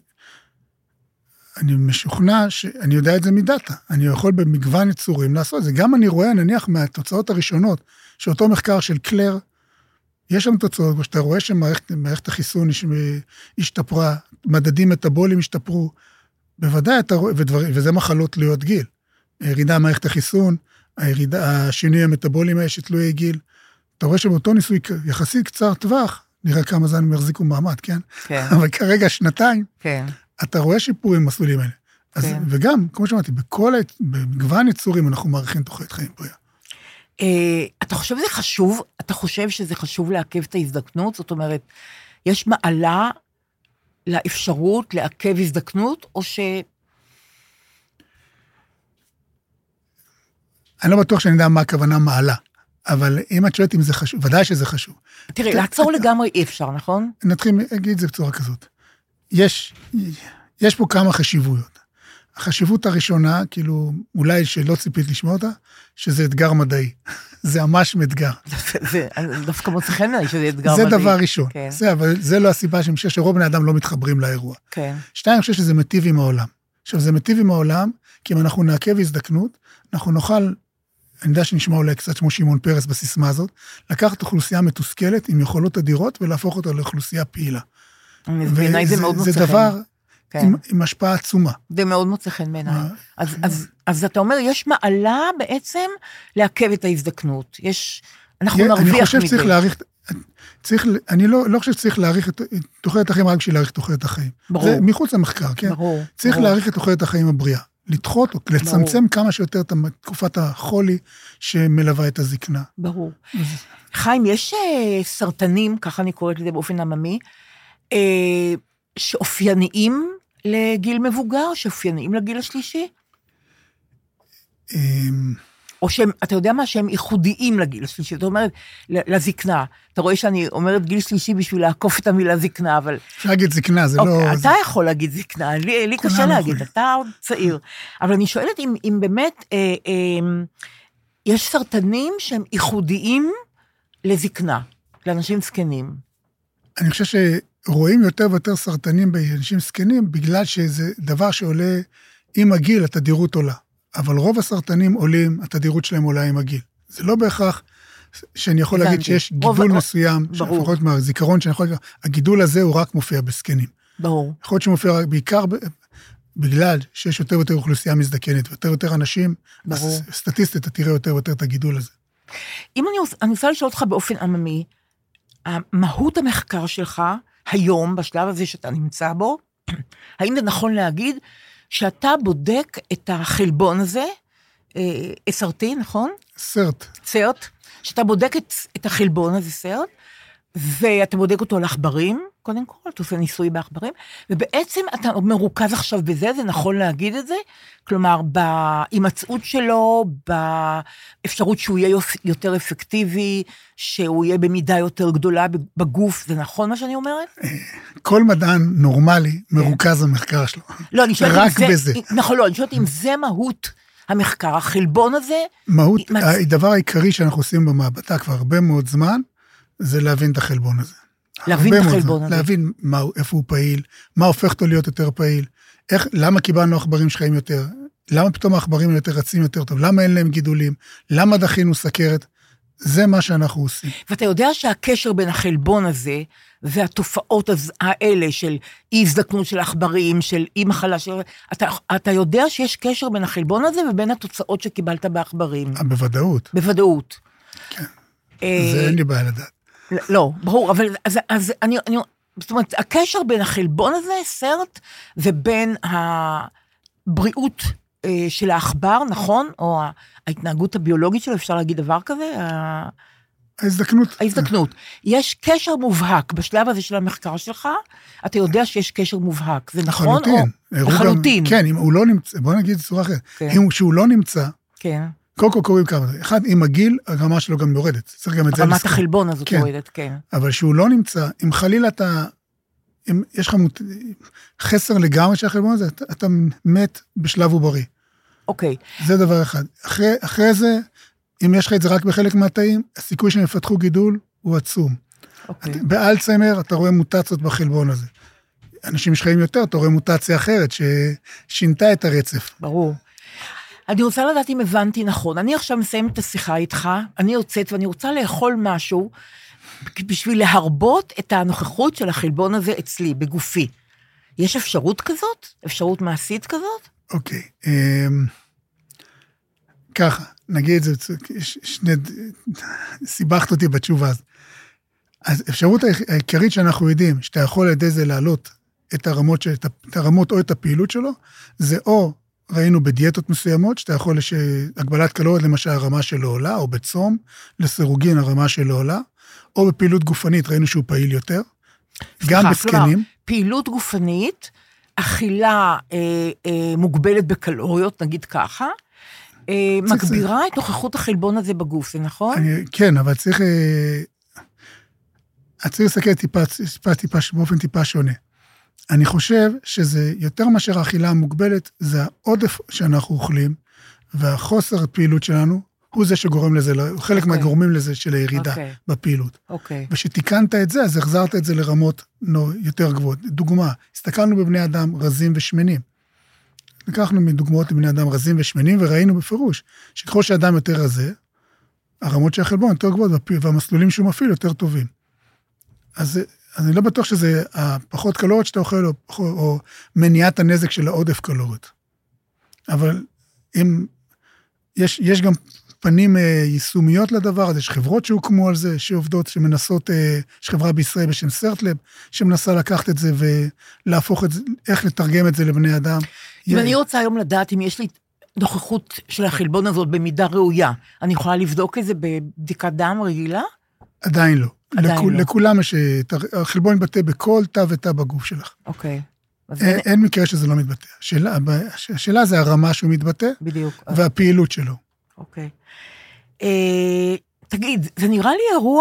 [SPEAKER 3] אני משוכנע שאני יודע את זה מדאטה. אני יכול במגוון יצורים לעשות את זה. גם אני רואה, נניח, מהתוצאות הראשונות, שאותו מחקר של קלר, יש שם תוצאות, שאתה רואה שמערכת החיסון השתפרה, מדדים מטאבוליים השתפרו, בוודאי אתה רואה, ודברים, וזה מחלות תלויות גיל. הירידה במערכת החיסון, הירידה, השינוי המטאבוליים האלה שתלויי גיל, אתה רואה שבאותו ניסוי יחסית קצר טווח, נראה כמה זמן הם יחזיקו מעמד, כן?
[SPEAKER 2] כן.
[SPEAKER 3] אבל כרגע שנתיים,
[SPEAKER 2] כן.
[SPEAKER 3] אתה רואה שיפורים במסלולים האלה. אז,
[SPEAKER 2] כן.
[SPEAKER 3] וגם, כמו שאמרתי, בכל, במגוון יצורים אנחנו מעריכים תוחלת חיים בריאה.
[SPEAKER 2] אתה חושב שזה חשוב? אתה חושב שזה חשוב לעכב את ההזדקנות? זאת אומרת, יש מעלה לאפשרות לעכב הזדקנות, או ש...
[SPEAKER 3] אני לא בטוח שאני יודע מה הכוונה מעלה, אבל אם את שואלת אם זה חשוב, ודאי שזה חשוב.
[SPEAKER 2] תראי, לעצור לגמרי אי אפשר, נכון?
[SPEAKER 3] נתחיל, אגיד את זה בצורה כזאת. יש, יש פה כמה חשיבויות. החשיבות הראשונה, כאילו, אולי שלא ציפית לשמוע אותה, שזה אתגר מדעי. זה ממש אתגר.
[SPEAKER 2] זה דווקא מוצא חן לי שזה אתגר מדעי.
[SPEAKER 3] זה דבר ראשון. זה, אבל זה לא הסיבה שאני חושב שרוב בני אדם לא מתחברים לאירוע.
[SPEAKER 2] כן.
[SPEAKER 3] שתיים, אני חושב שזה מטיב עם העולם. עכשיו, זה מטיב עם העולם, כי אם אנחנו נעכב הזדקנות, אנחנו נוכל, אני יודע שנשמע אולי קצת כמו שמעון פרס בסיסמה הזאת, לקחת אוכלוסייה מתוסכלת עם יכולות אדירות, ולהפוך אותה לאוכלוסייה פעילה.
[SPEAKER 2] בעיניי זה מאוד מוצא חן.
[SPEAKER 3] זה דבר עם, עם השפעה עצומה.
[SPEAKER 2] זה מאוד מוצא חן בעיניי. אז, אז, אז אתה אומר, יש מעלה בעצם לעכב את ההזדקנות. יש, אנחנו נרוויח מזה.
[SPEAKER 3] אני חושב שצריך להעריך, צריך, אני לא, לא חושב שצריך להעריך את תוחלת החיים רק בשביל להעריך תוחלת החיים.
[SPEAKER 2] ברור.
[SPEAKER 3] זה מחוץ למחקר, כן?
[SPEAKER 2] ברור.
[SPEAKER 3] צריך
[SPEAKER 2] ברור.
[SPEAKER 3] להעריך את תוחלת החיים הבריאה. לדחות או לצמצם ברור. כמה שיותר את תקופת החולי שמלווה את הזקנה.
[SPEAKER 2] ברור. חיים, יש סרטנים, ככה אני קוראת לזה באופן עממי, שאופייניים לגיל מבוגר, שאופייניים לגיל השלישי? או שהם, אתה יודע מה, שהם ייחודיים לגיל השלישי, זאת אומרת, לזקנה. אתה רואה שאני אומרת גיל שלישי בשביל לעקוף את המילה זקנה, אבל...
[SPEAKER 3] אפשר להגיד זקנה, זה
[SPEAKER 2] אוקיי,
[SPEAKER 3] לא...
[SPEAKER 2] אתה יכול להגיד זקנה, לי, לי קשה להגיד, יכולים. אתה עוד צעיר. אבל אני שואלת אם, אם באמת, אה, אה, יש סרטנים שהם ייחודיים לזקנה, לאנשים זקנים.
[SPEAKER 3] אני חושב שרואים יותר ויותר סרטנים באנשים זקנים, בגלל שזה דבר שעולה עם הגיל, התדירות עולה. אבל רוב הסרטנים עולים, התדירות שלהם עולה עם הגיל. זה לא בהכרח שאני יכול להגיד שיש גידול מסוים, לפחות מהזיכרון שאני יכול להגיד, הגידול הזה הוא רק מופיע בסקנים.
[SPEAKER 2] ברור.
[SPEAKER 3] יכול להיות שמופיע רק בעיקר בגלל שיש יותר ויותר אוכלוסייה מזדקנת, ויותר ויותר אנשים, אז סטטיסטית אתה תראה יותר ויותר את הגידול הזה.
[SPEAKER 2] אם אני רוצה לשאול אותך באופן עממי, מהות המחקר שלך היום, בשלב הזה שאתה נמצא בו, האם זה נכון להגיד שאתה בודק את החלבון הזה, אס אר טי, נכון?
[SPEAKER 3] סרט.
[SPEAKER 2] סרט, שאתה בודק את, את החלבון הזה, סרט, ואתה בודק אותו על עכברים, קודם כל, אתה עושה ניסוי בעכברים, ובעצם אתה מרוכז עכשיו בזה, זה נכון להגיד את זה, כלומר, בהימצאות שלו, באפשרות שהוא יהיה יותר אפקטיבי, שהוא יהיה במידה יותר גדולה בגוף, זה נכון מה שאני אומרת?
[SPEAKER 3] כל מדען נורמלי מרוכז במחקר שלו.
[SPEAKER 2] לא, אני שואלת
[SPEAKER 3] רק בזה.
[SPEAKER 2] נכון, לא, אני שואלת אם זה מהות המחקר, החלבון הזה.
[SPEAKER 3] מהות, הדבר העיקרי שאנחנו עושים במעבדה כבר הרבה מאוד זמן, זה להבין את החלבון הזה.
[SPEAKER 2] להבין את החלבון הזה.
[SPEAKER 3] להבין מה, איפה הוא פעיל, מה הופך אותו להיות יותר פעיל, איך, למה קיבלנו עכברים שחיים יותר, למה פתאום העכברים יותר רצים יותר טוב, למה אין להם גידולים, למה דחינו סכרת, זה מה שאנחנו עושים.
[SPEAKER 2] ואתה יודע שהקשר בין החלבון הזה, והתופעות האלה של אי הזדקנות של עכברים, של אי מחלה, של... אתה, אתה יודע שיש קשר בין החלבון הזה, ובין התוצאות שקיבלת בעכברים.
[SPEAKER 3] בוודאות.
[SPEAKER 2] בוודאות.
[SPEAKER 3] כן. זה אין לי בעיה לדעת.
[SPEAKER 2] לא, ברור, אבל אז, אז אני, אני, זאת אומרת, הקשר בין החלבון הזה, סרט, ובין הבריאות אה, של העכבר, נכון? או ההתנהגות הביולוגית שלו, אפשר להגיד דבר כזה?
[SPEAKER 3] ההזדקנות.
[SPEAKER 2] ההזדקנות. יש קשר מובהק, בשלב הזה של המחקר שלך, אתה יודע שיש קשר מובהק, זה נכון?
[SPEAKER 3] לחלוטין.
[SPEAKER 2] או, לחלוטין.
[SPEAKER 3] כן, אם הוא לא נמצא, בוא נגיד צורה אחרת, כן. אם שהוא לא נמצא,
[SPEAKER 2] כן.
[SPEAKER 3] קודם כל קוראים כמה, אחד, עם הגיל, הרמה שלו גם יורדת. צריך גם את זה לזכור.
[SPEAKER 2] רמת החלבון הזאת
[SPEAKER 3] כן.
[SPEAKER 2] יורדת, כן.
[SPEAKER 3] אבל שהוא לא נמצא, אם חלילה אתה, אם יש לך מות... חסר לגמרי של החלבון הזה, אתה, אתה מת בשלב עוברי.
[SPEAKER 2] אוקיי.
[SPEAKER 3] זה דבר אחד. אחרי, אחרי זה, אם יש לך את זה רק בחלק מהתאים, הסיכוי שהם יפתחו גידול הוא עצום.
[SPEAKER 2] אוקיי.
[SPEAKER 3] באלצהיימר אתה רואה מוטציות בחלבון הזה. אנשים שחיים יותר, אתה רואה מוטציה אחרת, ששינתה את הרצף.
[SPEAKER 2] ברור. אני רוצה לדעת אם הבנתי נכון. אני עכשיו מסיים את השיחה איתך, אני יוצאת ואני רוצה לאכול משהו, בשביל להרבות את הנוכחות של החלבון הזה אצלי, בגופי. יש אפשרות כזאת? אפשרות מעשית כזאת?
[SPEAKER 3] אוקיי. ככה, נגיד את זה, שני, סיבכת אותי בתשובה הזאת. אז אפשרות העיקרית שאנחנו יודעים, שאתה יכול על ידי זה להעלות את הרמות, את הרמות או את הפעילות שלו, זה או ראינו בדיאטות מסוימות, שאתה יכול, הגבלת קלוריות, למשל הרמה שלו עולה, או בצום, לסירוגין הרמה שלו עולה, או בפעילות גופנית, ראינו שהוא פעיל יותר, גם בסקנים.
[SPEAKER 2] פעילות גופנית, אכילה אה, אה, מוגבלת בקלוריות, נגיד ככה, אה, מגבירה את נוכחות החלבון הזה בגוף, זה נכון?
[SPEAKER 3] אני, כן, אבל צריך, אה, צריך לסתכל טיפה, טיפה, טיפה, באופן טיפה שונה. אני חושב שזה יותר מאשר האכילה המוגבלת, זה העודף שאנחנו אוכלים, והחוסר הפעילות שלנו, הוא זה שגורם לזה, חלק okay. מהגורמים לזה של הירידה okay. בפעילות.
[SPEAKER 2] אוקיי. Okay.
[SPEAKER 3] ושתיקנת את זה, אז החזרת את זה לרמות נו, יותר גבוהות. דוגמה, הסתכלנו בבני אדם רזים ושמנים. לקחנו מדוגמאות לבני אדם רזים ושמנים, וראינו בפירוש, שככל שאדם יותר רזה, הרמות של החלבון יותר גבוהות, והמסלולים שהוא מפעיל יותר טובים. אז אז אני לא בטוח שזה הפחות קלוריות שאתה אוכל, או, או מניעת הנזק של העודף קלוריות. אבל אם, יש, יש גם פנים יישומיות לדבר, אז יש חברות שהוקמו על זה, שעובדות, שמנסות, יש חברה בישראל בשם סרטלב, שמנסה לקחת את זה ולהפוך את זה, איך לתרגם את זה לבני אדם.
[SPEAKER 2] אם י... אני רוצה היום לדעת, אם יש לי נוכחות של החלבון הזאת במידה ראויה, אני יכולה לבדוק את זה בבדיקת דם רגילה?
[SPEAKER 3] עדיין לא. לכול, לא. לכולם יש, החלבון מתבטא בכל תא ותא בגוף שלך.
[SPEAKER 2] אוקיי.
[SPEAKER 3] אין, אין מקרה שזה לא מתבטא. השאלה, השאלה זה הרמה שהוא מתבטא,
[SPEAKER 2] בדיוק.
[SPEAKER 3] והפעילות שלו.
[SPEAKER 2] אוקיי. אה, תגיד, זה נראה לי אירוע,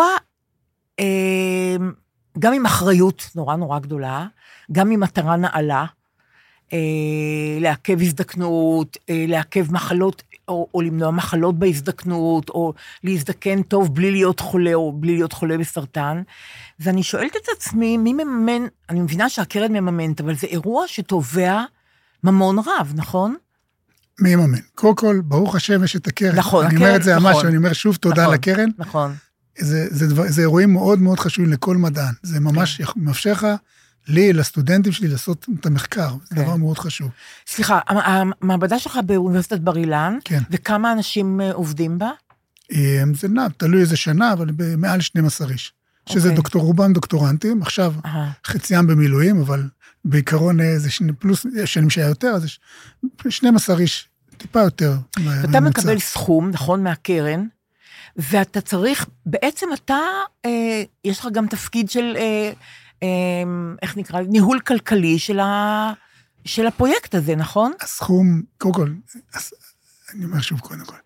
[SPEAKER 2] אה, גם עם אחריות נורא נורא גדולה, גם עם מטרה נעלה, אה, לעכב הזדקנות, אה, לעכב מחלות, או, או למנוע מחלות בהזדקנות, או להזדקן טוב בלי להיות חולה, או בלי להיות חולה בסרטן. ואני שואלת את עצמי, מי מממן, אני מבינה שהקרן מממנת, אבל זה אירוע שתובע ממון רב, נכון?
[SPEAKER 3] מי מממן? קודם כל, ברוך השם יש את הקרן.
[SPEAKER 2] נכון,
[SPEAKER 3] אני
[SPEAKER 2] הקרן,
[SPEAKER 3] אומר את זה
[SPEAKER 2] נכון.
[SPEAKER 3] ממש, אני אומר שוב תודה
[SPEAKER 2] נכון,
[SPEAKER 3] לקרן.
[SPEAKER 2] נכון. זה,
[SPEAKER 3] זה, זה, זה אירועים מאוד מאוד חשובים לכל מדען. זה ממש כן. מאפשר לך, לי, לסטודנטים שלי, לעשות את המחקר. זה כן. דבר מאוד חשוב.
[SPEAKER 2] סליחה, המעבדה שלך באוניברסיטת בר אילן, כן. וכמה אנשים עובדים בה?
[SPEAKER 3] זה נע, תלוי איזה שנה, אבל במעל שנים עשר איש. שזה דוקטור, רובם דוקטורנטים, עכשיו חציים במילואים, אבל בעיקרון זה שני, פלוס, שנים שהיה יותר, אז יש שנים עשר איש, טיפה יותר.
[SPEAKER 2] ואתה מקבל סכום, נכון, מהקרן, ואתה צריך, בעצם אתה, אה, יש לך גם תפקיד של, אה, אה, איך נקרא, ניהול כלכלי של, ה, של הפרויקט הזה, נכון?
[SPEAKER 3] הסכום, קודם כל, אני אומר שוב קודם כל,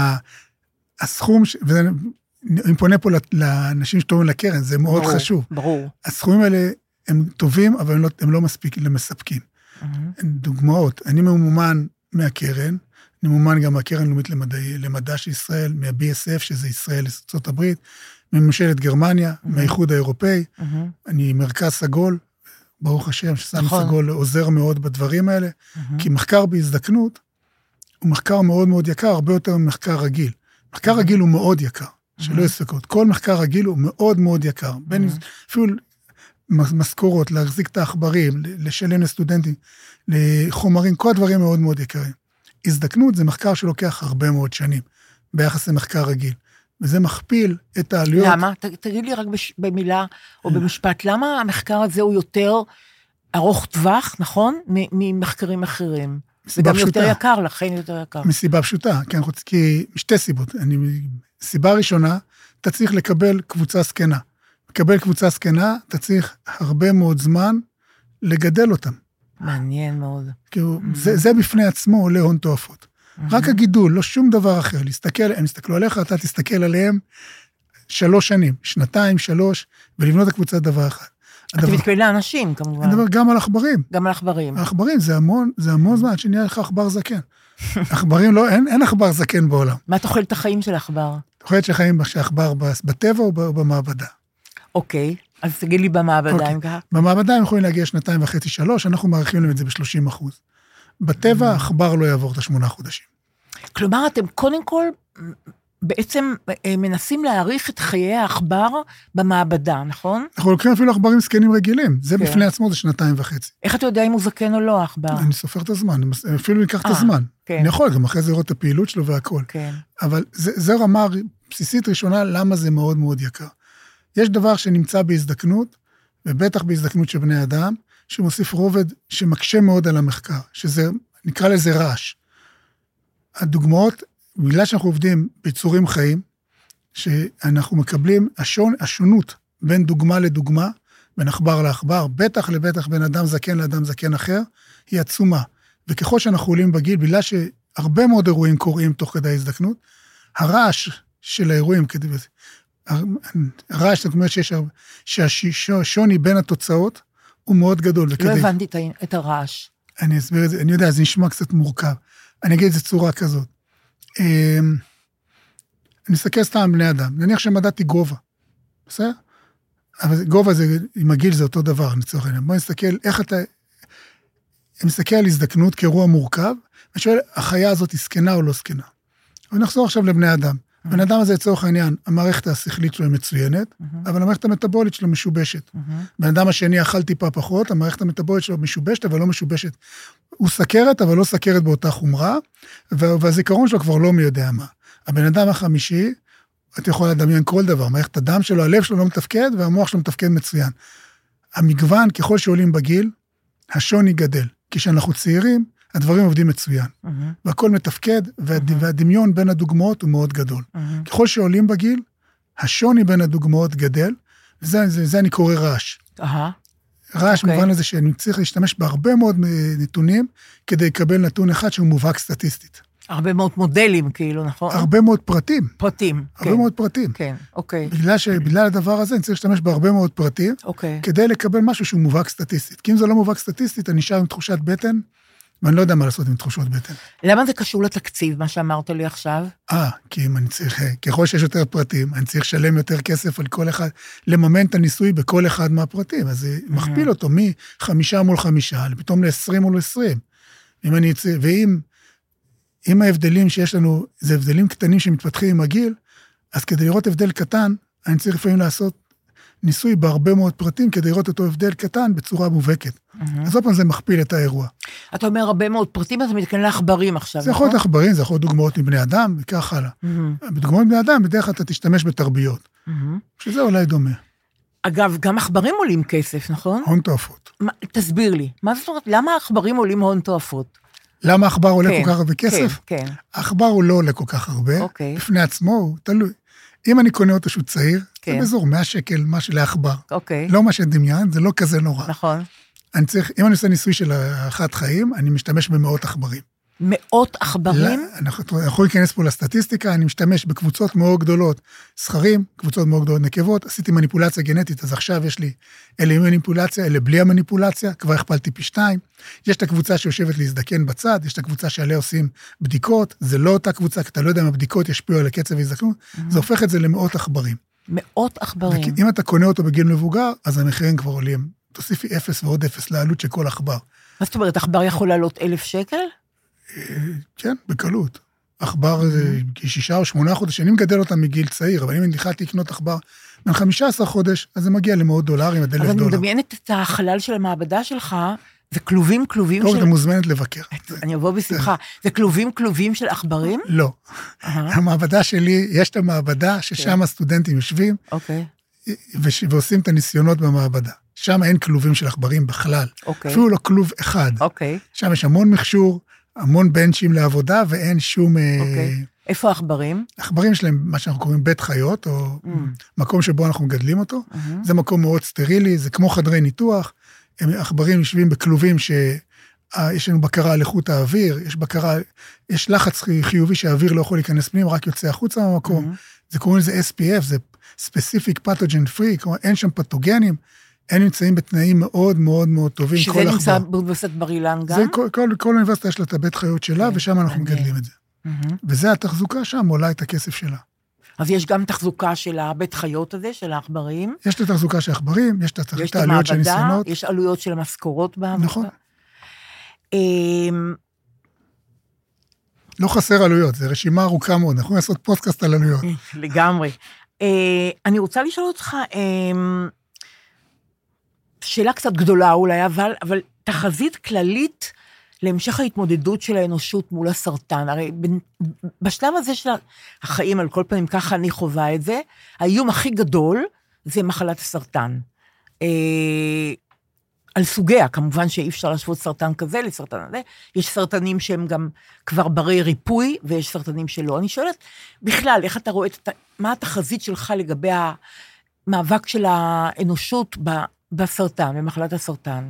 [SPEAKER 3] הסכום, ואני פונה פה לאנשים שטובים לקרן, זה מאוד
[SPEAKER 2] ברור,
[SPEAKER 3] חשוב.
[SPEAKER 2] ברור.
[SPEAKER 3] הסכומים האלה הם טובים, אבל הם לא, הם לא מספיק למספקים. Mm-hmm. דוגמאות, אני ממומן מהקרן, אני ממומן גם מהקרן הלאומית למדעי, למדע של ישראל, מה-בי אס אף, שזה ישראל לארצות הברית, מממשלת גרמניה, mm-hmm. מהאיחוד האירופאי, mm-hmm. אני מרכז סגול, ברוך השם, שסמי נכון. סגול עוזר מאוד בדברים האלה, mm-hmm. כי מחקר בהזדקנות, הוא מחקר מאוד מאוד יקר, הרבה יותר ממחקר רגיל. מחקר mm-hmm. רגיל הוא מאוד יקר, שלא mm-hmm. יספקות. כל מחקר רגיל הוא מאוד מאוד יקר, mm-hmm. בין אפילו משכורות, להחזיק את העכברים, לשלם לסטודנטים, לחומרים, כל הדברים מאוד מאוד יקרים. הזדקנות זה מחקר שלוקח הרבה מאוד שנים, ביחס למחקר רגיל, וזה מכפיל את העלויות.
[SPEAKER 2] למה? ת, תגיד לי רק בש, במילה או במשפט, למה המחקר הזה הוא יותר ארוך טווח, נכון? ממחקרים אחרים. זה גם פשוטה. יותר יקר, לכן יותר יקר.
[SPEAKER 3] מסיבה פשוטה, כי, כי משתי סיבות. אני, סיבה ראשונה, אתה צריך לקבל קבוצה סקנה. לקבל קבוצה סקנה, אתה צריך הרבה מאוד זמן לגדל אותם.
[SPEAKER 2] מעניין מאוד.
[SPEAKER 3] כאילו, mm-hmm. זה, זה בפני עצמו עולה הון תועפות. Mm-hmm. רק הגידול, לא שום דבר אחר. להסתכל, הם יסתכלו עליך, אתה תסתכל עליהם שלוש שנים, שנתיים, שלוש, ולבנות הקבוצה דבר אחד.
[SPEAKER 2] אתה מתכוון לאנשים, כמובן.
[SPEAKER 3] אני מדבר גם על עכברים.
[SPEAKER 2] גם על עכברים.
[SPEAKER 3] העכברים, זה המון, זה המון זמן, שנהיה לך עכבר זקן. עכברים לא, אין, אין עכבר זקן בעולם.
[SPEAKER 2] מה תוחלת החיים של עכבר?
[SPEAKER 3] תוחלת החיים של עכבר בטבע או במעבדה.
[SPEAKER 2] אוקיי, אז תגיד לי במעבדה אם ככה.
[SPEAKER 3] במעבדה הם יכולים להגיע שנתיים וחצי, שלוש, אנחנו מעריכים להם את זה ב-שלושים אחוז. בטבע, עכבר לא יעבור את השמונה חודשים.
[SPEAKER 2] כלומר, אתם קודם כל בעצם מנסים להאריך את חיי העכבר במעבדה, נכון?
[SPEAKER 3] אנחנו לוקחים אפילו עכברים סקנים רגילים, זה בפני עצמו זה שנתיים וחצי.
[SPEAKER 2] איך אתה יודע אם הוא זקן או לא, העכבר?
[SPEAKER 3] אני סופר את הזמן, אפילו ניקח את הזמן. אני יכול גם אחרי זה לראות את הפעילות שלו והכל. אבל זה רמה בסיסית ראשונה, למה זה מאוד מאוד יקר. יש דבר שנמצא בהזדקנות, ובטח בהזדקנות של בני אדם, שמוסיף רובד שמקשה מאוד על המחקר, שזה, נקרא לזה רעש. הדוגמאות, בגלל שאנחנו עובדים ביצורים חיים, שאנחנו מקבלים השון, השונות בין דוגמה לדוגמה, בין עכבר לעכבר, בטח לבטח בין אדם זקן לאדם זקן אחר, היא עצומה. וככל שאנחנו עולים בגיל, בגלל שהרבה מאוד אירועים קורים תוך כדי ההזדקנות, הרעש של האירועים, כדי בזה, הרעש, זאת אומרת שיש, שהשוני בין התוצאות הוא מאוד גדול.
[SPEAKER 2] לא הבנתי את הרעש.
[SPEAKER 3] אני אסביר את זה, אני יודע, זה נשמע קצת מורכב. אני אגיד את זה צורה כזאת. אני אסתכל סתם בני אדם, נניח שמדעתי גובה, בסדר? אבל גובה זה, עם הגיל זה אותו דבר, נצטרך העניין. בוא נסתכל איך אתה, אני מסתכל על הזדקנות כאירוע מורכב, אני שואל, החיה הזאת היא סקנה או לא סקנה? ונחזור עכשיו לבני אדם. בן אדם הזה לצורך העניין, המערכת השכלית שלו היא מצוינת, אבל המערכת המטאבולית שלו משובשת. בן אדם השני אכל טיפה פחות, המערכת המטאבולית שלו משובשת, אבל לא משובשת. הוא סכרת, אבל לא סכרת באותה חומרה, והזיכרון שלו כבר לא מי יודע מה. הבן אדם החמישי, אתה יכול לדמיין כל דבר, מערכת הדם שלו, הלב שלו לא מתפקד, והמוח שלו מתפקד מצוין. המגוון, ככל שעולים בגיל, השוני גדל. כי כשאנחנו צעירים, הדברים עובדים מצוין, uh-huh. והכל מתפקד, והד... uh-huh. והדמיון בין הדוגמאות הוא מאוד גדול. Uh-huh. ככל שעולים בגיל, השוני בין הדוגמאות גדל, וזה זה, זה אני קורא רעש. Uh-huh. רעש okay. במובן הזה שאני צריך להשתמש בהרבה מאוד נתונים, כדי לקבל נתון אחד שהוא מובהק סטטיסטית.
[SPEAKER 2] הרבה מאוד מודלים, כאילו, נכון?
[SPEAKER 3] הרבה מאוד פרטים.
[SPEAKER 2] פרטים,
[SPEAKER 3] הרבה
[SPEAKER 2] כן.
[SPEAKER 3] מאוד פרטים.
[SPEAKER 2] כן, אוקיי.
[SPEAKER 3] בגלל שבגלל הדבר הזה אני צריך להשתמש בהרבה מאוד פרטים,
[SPEAKER 2] אוקיי.
[SPEAKER 3] כדי לקבל משהו שהוא מובהק סטטיסטית. כי אם זה לא מובהק סטטיסטית, אני נשאר עם תחושת בטן, ואני לא יודע מה לעשות עם תחושות בטן.
[SPEAKER 2] למה זה קשור לתקציב, מה שאמרת לי עכשיו?
[SPEAKER 3] אה, כי אם אני צריך, ככל שיש יותר פרטים, אני צריך לשלם יותר כסף על כל אחד, לממן את הניסוי בכל אחד מהפרטים, אז זה מכפיל אותו מחמישה מול חמישה, פתאום ל-עשרים מול עשרים. אם אני צריך, ואם, אם ההבדלים שיש לנו, זה הבדלים קטנים שמתפתחים עם הגיל, אז כדי לראות הבדל קטן, אני צריך לפעמים לעשות ניסוי בהרבה מאוד פרטים, כדי לראות אותו הבדל קטן בצורה מובהקת. אז עוד פעם זה מכפיל את האירוע.
[SPEAKER 2] אתה אומר הרבה מאוד פרטים, אתה מתכוון לעכברים עכשיו,
[SPEAKER 3] זה יכול להיות עכברים, זה יכול להיות דוגמאות מבני אדם, וכך הלאה. בדוגמאות מבני אדם, בדרך כלל אתה תשתמש בתרביות. שזה אולי דומה.
[SPEAKER 2] אגב, גם עכברים עולים כסף, נכון?
[SPEAKER 3] הון תועפות.
[SPEAKER 2] תסביר לי, מה זאת אומרת, למה העכברים עולים הון תועפות?
[SPEAKER 3] למה העכבר עולה כל כך הרבה כסף?
[SPEAKER 2] כן, כן.
[SPEAKER 3] העכבר הוא לא עולה כל כך הרבה, בפני עצמו הוא תלוי. אם אני קונה אותו שהוא צעיר,
[SPEAKER 2] כן.
[SPEAKER 3] זה באזור מאה שקל, מה שלעכבר.
[SPEAKER 2] אוקיי.
[SPEAKER 3] לא מה שדמיין, זה לא כזה נורא.
[SPEAKER 2] נכון.
[SPEAKER 3] אני צריך, אם אני עושה ניסוי של האחת חיים, אני משתמש במאות עכברים.
[SPEAKER 2] מאות עכברים?
[SPEAKER 3] לא, אנחנו יכולים להיכנס פה לסטטיסטיקה, אני משתמש בקבוצות מאוד גדולות, זכרים, קבוצות מאוד גדולות נקבות, עשיתי מניפולציה גנטית, אז עכשיו יש לי אלה עם מניפולציה, אלה בלי המניפולציה, כבר הכפלתי פי שתיים, יש את הקבוצה שיושבת להזדקן בצד, יש את הקבוצה שעליה עושים בדיקות, זה לא אותה קבוצה, כי אתה לא יודע אם הבדיקות ישפיעו על הקצב והזדקנות, mm-hmm. זה הופך את זה למאות עכברים.
[SPEAKER 2] מאות עכברים.
[SPEAKER 3] אם אתה קונה אותו בגיל מבוגר, אז המחירים כבר עולים, תוסיפי אפס ועוד אפס לעלות של כל עכבר.
[SPEAKER 2] מה זאת אומרת, עכבר יכול לעלות אלף שקל?
[SPEAKER 3] כן, בקלות. עכבר זה כשישה או שמונה חודשים, אני מגדל אותם מגיל צעיר, אבל אם אני התחלתי לקנות עכבר בין חמישה עשר חודש, אז זה מגיע למאות דולרים, עד אלף דולר.
[SPEAKER 2] אבל אני מדמיינת את החלל של המעבדה שלך, זה כלובים כלובים של...
[SPEAKER 3] טוב, אתה מוזמנת לבקר.
[SPEAKER 2] אני אבוא בשמחה. זה כלובים כלובים של עכברים?
[SPEAKER 3] לא. המעבדה שלי, יש את המעבדה ששם הסטודנטים יושבים, ועושים את הניסיונות במעבדה. שם אין כלובים של עכברים בכלל. אפילו לא כלוב אחד. שם יש המון מכשור, המון בנצ'ים לעבודה, ואין שום...
[SPEAKER 2] איפה העכברים?
[SPEAKER 3] העכברים שלהם, מה שאנחנו קוראים בית חיות, או מקום שבו אנחנו מגדלים אותו. זה מקום מאוד סטרילי, זה כמו חדרי ניתוח. העכברים יושבים בכלובים שיש לנו בקרה על איכות האוויר, יש בקרה, יש לחץ חיובי שהאוויר לא יכול להיכנס פנים, רק יוצא החוצה מהמקום. זה קוראים לזה אס פי אף, זה Specific Pathogen Free, כלומר אין שם פתוגנים, הם נמצאים בתנאים מאוד מאוד מאוד טובים.
[SPEAKER 2] שזה נמצא באוניברסיטת בר אילן גם?
[SPEAKER 3] זה, כל, כל, כל אוניברסיטה יש לה את הבית חיות שלה, ושם אנחנו מגדלים את זה. וזה התחזוקה שם, עולה את הכסף שלה.
[SPEAKER 2] אז יש גם תחזוקה של הבית חיות הזה, של העכברים?
[SPEAKER 3] יש את התחזוקה של העכברים, יש את העלויות של ניסיונות.
[SPEAKER 2] יש עלויות של המשכורות בעבודה.
[SPEAKER 3] נכון. לא חסר עלויות, זו רשימה ארוכה מאוד, אנחנו נעשות פודקאסט על עלויות.
[SPEAKER 2] לגמרי. אני רוצה לשאול אותך, שאלה קצת גדולה אולי, אבל, אבל תחזית כללית להמשך ההתמודדות של האנושות מול הסרטן. הרי בשלב הזה של החיים, על כל פנים ככה אני חווה את זה, האיום הכי גדול זה מחלת הסרטן. על סוגיה, כמובן שאי אפשר להשוות סרטן כזה לסרטן הזה, יש סרטנים שהם גם כבר ברי ריפוי, ויש סרטנים שלא. אני שואלת, בכלל, איך אתה רואה, מה התחזית שלך לגבי המאבק של האנושות בסרטן, במחלת הסרטן?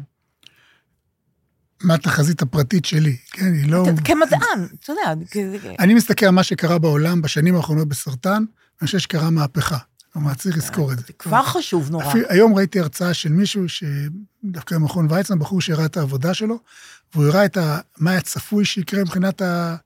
[SPEAKER 3] מה התחזית הפרטית שלי? כן, היא לא...
[SPEAKER 2] כמדען, אתה יודע.
[SPEAKER 3] אני מסתכל על מה שקרה בעולם בשנים האחרונות בסרטן, אני חושב שקרה מהפכה. כלומר, צריך לזכור את זה.
[SPEAKER 2] זה כבר חשוב נורא.
[SPEAKER 3] היום ראיתי הרצאה של מישהו, שדווקא במכון ויצמן, בחור שהראה את העבודה שלו, והוא הראה את מה היה צפוי שיקרה מבחינת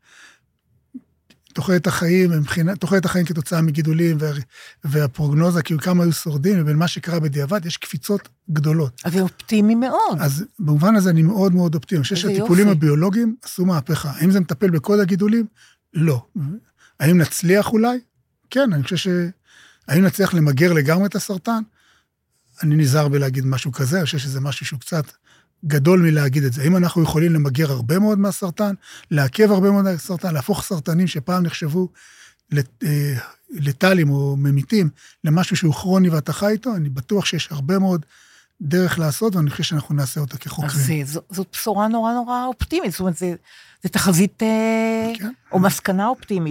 [SPEAKER 3] תוחלת החיים, תוחלת החיים כתוצאה מגידולים, והפרוגנוזה, כאילו כמה היו שורדים, ובין מה שקרה בדיעבד, יש קפיצות גדולות.
[SPEAKER 2] אז זה אופטימי מאוד.
[SPEAKER 3] אז במובן הזה אני מאוד מאוד אופטימי. אני חושב שהטיפולים הביולוגיים עשו מהפכה. האם זה מטפל בכל הגידולים? לא. האם נצליח אולי? כן, אני חושב ש... האם נצליח למגר לגמרי את הסרטן? אני נזהר בלהגיד משהו כזה, אני חושב שזה משהו שהוא קצת גדול מלהגיד את זה. האם אנחנו יכולים למגר הרבה מאוד מהסרטן, לעכב הרבה מאוד מהסרטן, להפוך סרטנים שפעם נחשבו לטלים או ממיתים, למשהו שהוא כרוני ואתה חי איתו? אני בטוח שיש הרבה מאוד דרך לעשות, ואני חושב שאנחנו נעשה אותה כחוקרים.
[SPEAKER 2] אז זאת בשורה נורא נורא אופטימית, זאת אומרת, זה תחזית או מסקנה אופטימית.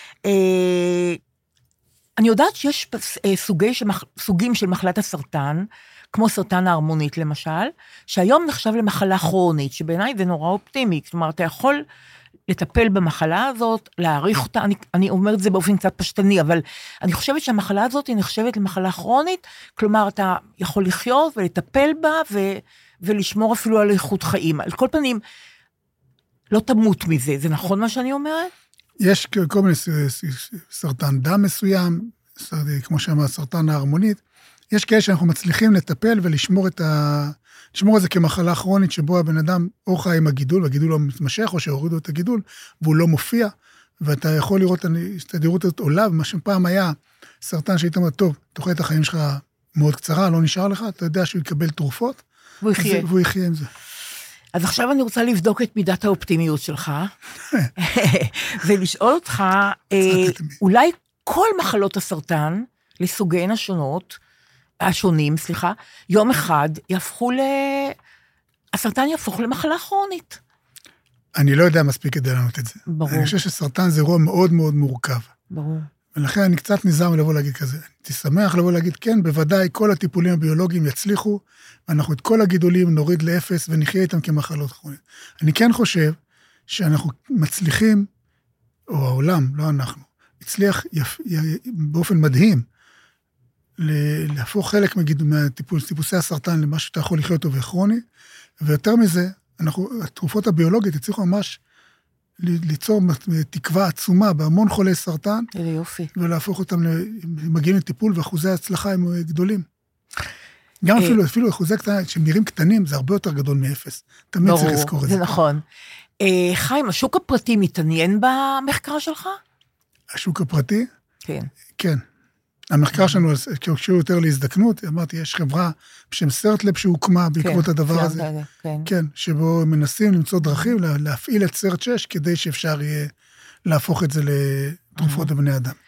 [SPEAKER 2] אני יודעת שיש סוגי, סוגים של מחלת הסרטן, כמו סרטן ההרמונית למשל, שהיום נחשב למחלה כרונית, שבעיניי זה נורא אופטימי, כלומר, אתה יכול לטפל במחלה הזאת, להעריך אותה, אני, אני אומר את זה באופן קצת פשטני, אבל אני חושבת שהמחלה הזאת היא נחשבת למחלה כרונית, כלומר, אתה יכול לחיות ולטפל בה, ו, ולשמור אפילו על איכות חיים. על כל פנים, לא תמות מזה, זה נכון מה שאני אומרת?
[SPEAKER 3] יש כל מיני סרטן דם מסוים, כמו שאמר, סרטן ההרמונית, יש כאלה שאנחנו מצליחים לטפל ולשמור את ה... לשמור את זה כמחלה כרונית, שבו הבן אדם או חי עם הגידול, והגידול לא מתמשך, או שהורידו את הגידול, והוא לא מופיע, ואתה יכול לראות, תדירות הזאת עולה, ומה שפעם היה סרטן שהיית אומר, טוב, תוחלת החיים שלך מאוד קצרה, לא נשאר לך, אתה יודע שהוא יקבל תרופות,
[SPEAKER 2] והוא יחיה.
[SPEAKER 3] והוא יחיה עם זה.
[SPEAKER 2] אז עכשיו אני רוצה לבדוק את מידת האופטימיות שלך, ולשאול אותך, אולי כל מחלות הסרטן, לסוגיהן השונות, השונים, סליחה, יום אחד יהפכו ל... הסרטן יהפוך למחלה כרונית.
[SPEAKER 3] אני לא יודע מספיק כדי לענות את זה.
[SPEAKER 2] ברור.
[SPEAKER 3] אני חושב שסרטן זה אירוע מאוד מאוד מורכב.
[SPEAKER 2] ברור.
[SPEAKER 3] ולכן אני קצת נזהר לבוא להגיד כזה. אני שמח לבוא להגיד, כן, בוודאי כל הטיפולים הביולוגיים יצליחו, ואנחנו את כל הגידולים נוריד לאפס ונחיה איתם כמחלות כרוניות. אני כן חושב שאנחנו מצליחים, או העולם, לא אנחנו, הצליח יפ, י, באופן מדהים, להפוך חלק מטיפוסי הסרטן למה שאתה יכול לחיות אותו וכרוני, ויותר מזה, אנחנו, התרופות הביולוגיות הצליחו ממש ליצור תקווה עצומה בהמון חולי סרטן,
[SPEAKER 2] יופי.
[SPEAKER 3] ולהפוך אותם, מגיעים לטיפול, ואחוזי ההצלחה הם גדולים. גם אפילו, אפילו אחוזי קטנים, שהם נראים קטנים, זה הרבה יותר גדול מאפס. תמיד צריך לזכור את זה.
[SPEAKER 2] זה נכון. חיים, השוק הפרטי מתעניין במחקר שלך?
[SPEAKER 3] השוק הפרטי?
[SPEAKER 2] כן.
[SPEAKER 3] כן. המחקר שלנו, כשהוא יותר להזדקנות, אמרתי, יש חברה בשם סרטלב שהוקמה בעקבות הדבר הזה.
[SPEAKER 2] כן.
[SPEAKER 3] כן, שבו מנסים למצוא דרכים להפעיל את סרט שש, כדי שאפשר יהיה להפוך את זה לתרופות לבני אדם.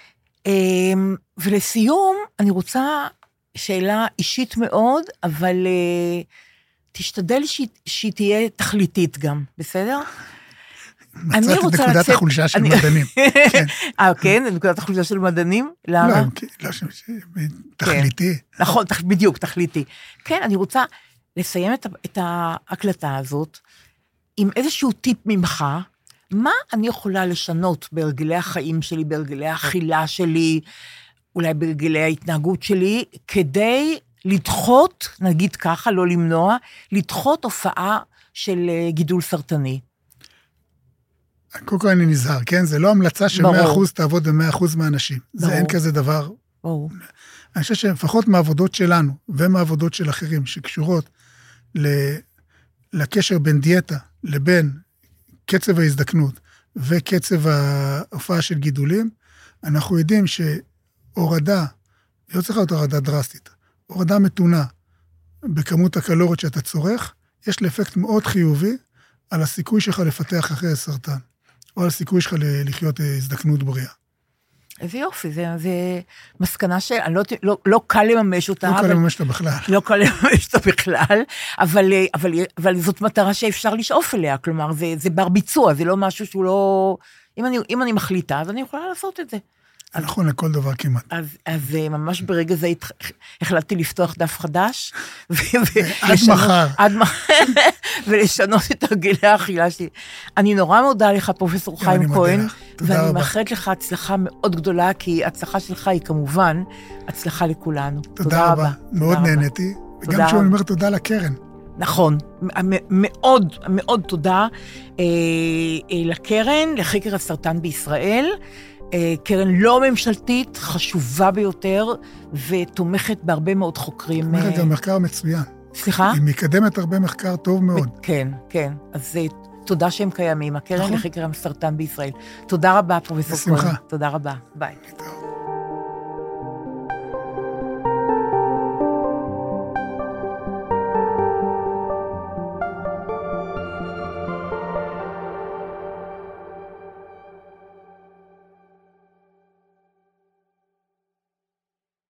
[SPEAKER 2] ולסיום, אני רוצה שאלה אישית מאוד, אבל תשתדל שהיא תהיה תכליתית גם, בסדר?
[SPEAKER 3] מצאת את נקודת החולשה של מדענים.
[SPEAKER 2] אה, כן? נקודת החולשה של מדענים? למה?
[SPEAKER 3] לא, תכליתי.
[SPEAKER 2] נכון, בדיוק, תכליתי. כן, אני רוצה לסיים את ההקלטה הזאת עם איזשהו טיפ ממך, מה אני יכולה לשנות בהרגלי החיים שלי, בהרגלי האכילה שלי, אולי בהרגלי ההתנהגות שלי, כדי לדחות, נגיד ככה, לא למנוע, לדחות הופעה של גידול סרטני.
[SPEAKER 3] קודם כל אני נזהר, כן? זה לא המלצה ש-מאה אחוז תעבוד ב-מאה אחוז מהאנשים. זה אין כזה דבר.
[SPEAKER 2] ברור.
[SPEAKER 3] אני חושב שלפחות מהעבודות שלנו, ומהעבודות של אחרים, שקשורות לקשר בין דיאטה, לבין קצב ההזדקנות, וקצב ההופעה של גידולים, אנחנו יודעים שהורדה, לא צריכה להיות הורדה דרסטית, הורדה מתונה בכמות הקלוריות שאתה צורך, יש לה אפקט מאוד חיובי על הסיכוי שלך לפתח אחרי סרטן, או על הסיכוי שלך לחיות הזדקנות בריאה.
[SPEAKER 2] איזה יופי, זה, זה מסקנה שאני לא, לא, לא קל לממש אותה.
[SPEAKER 3] לא
[SPEAKER 2] אבל,
[SPEAKER 3] קל לממש אותה בכלל.
[SPEAKER 2] לא קל לממש אותה בכלל, אבל, אבל, אבל זאת מטרה שאפשר לשאוף אליה, כלומר, זה, זה בר ביצוע, זה לא משהו שהוא לא... אם אני, אם אני מחליטה, אז אני יכולה לעשות את זה.
[SPEAKER 3] אז, נכון לכל דבר כמעט.
[SPEAKER 2] אז, אז ממש ברגע זה החלטתי לפתוח דף חדש.
[SPEAKER 3] עד מחר.
[SPEAKER 2] עד מחר. ולשנות את הרגלי האכילה שלי. אני נורא מודה לך, פרופסור חיים כהן, ואני מאחלת לך הצלחה מאוד גדולה, כי הצלחה שלך היא כמובן הצלחה לכולנו.
[SPEAKER 3] תודה רבה. מאוד נהניתי. וגם שאני אומר תודה לקרן.
[SPEAKER 2] נכון, מאוד מאוד תודה לקרן, לחקר הסרטן בישראל, קרן לא ממשלתית, חשובה ביותר, ותומכת בהרבה מאוד חוקרים.
[SPEAKER 3] תומכת גם מחקר מצוין.
[SPEAKER 2] סליחה?
[SPEAKER 3] היא מקדמת הרבה מחקר טוב מאוד.
[SPEAKER 2] כן, כן. אז תודה שהם קיימים, הקרן לחקר הסרטן בישראל. תודה רבה, פרופסור כהן. תודה רבה. ביי.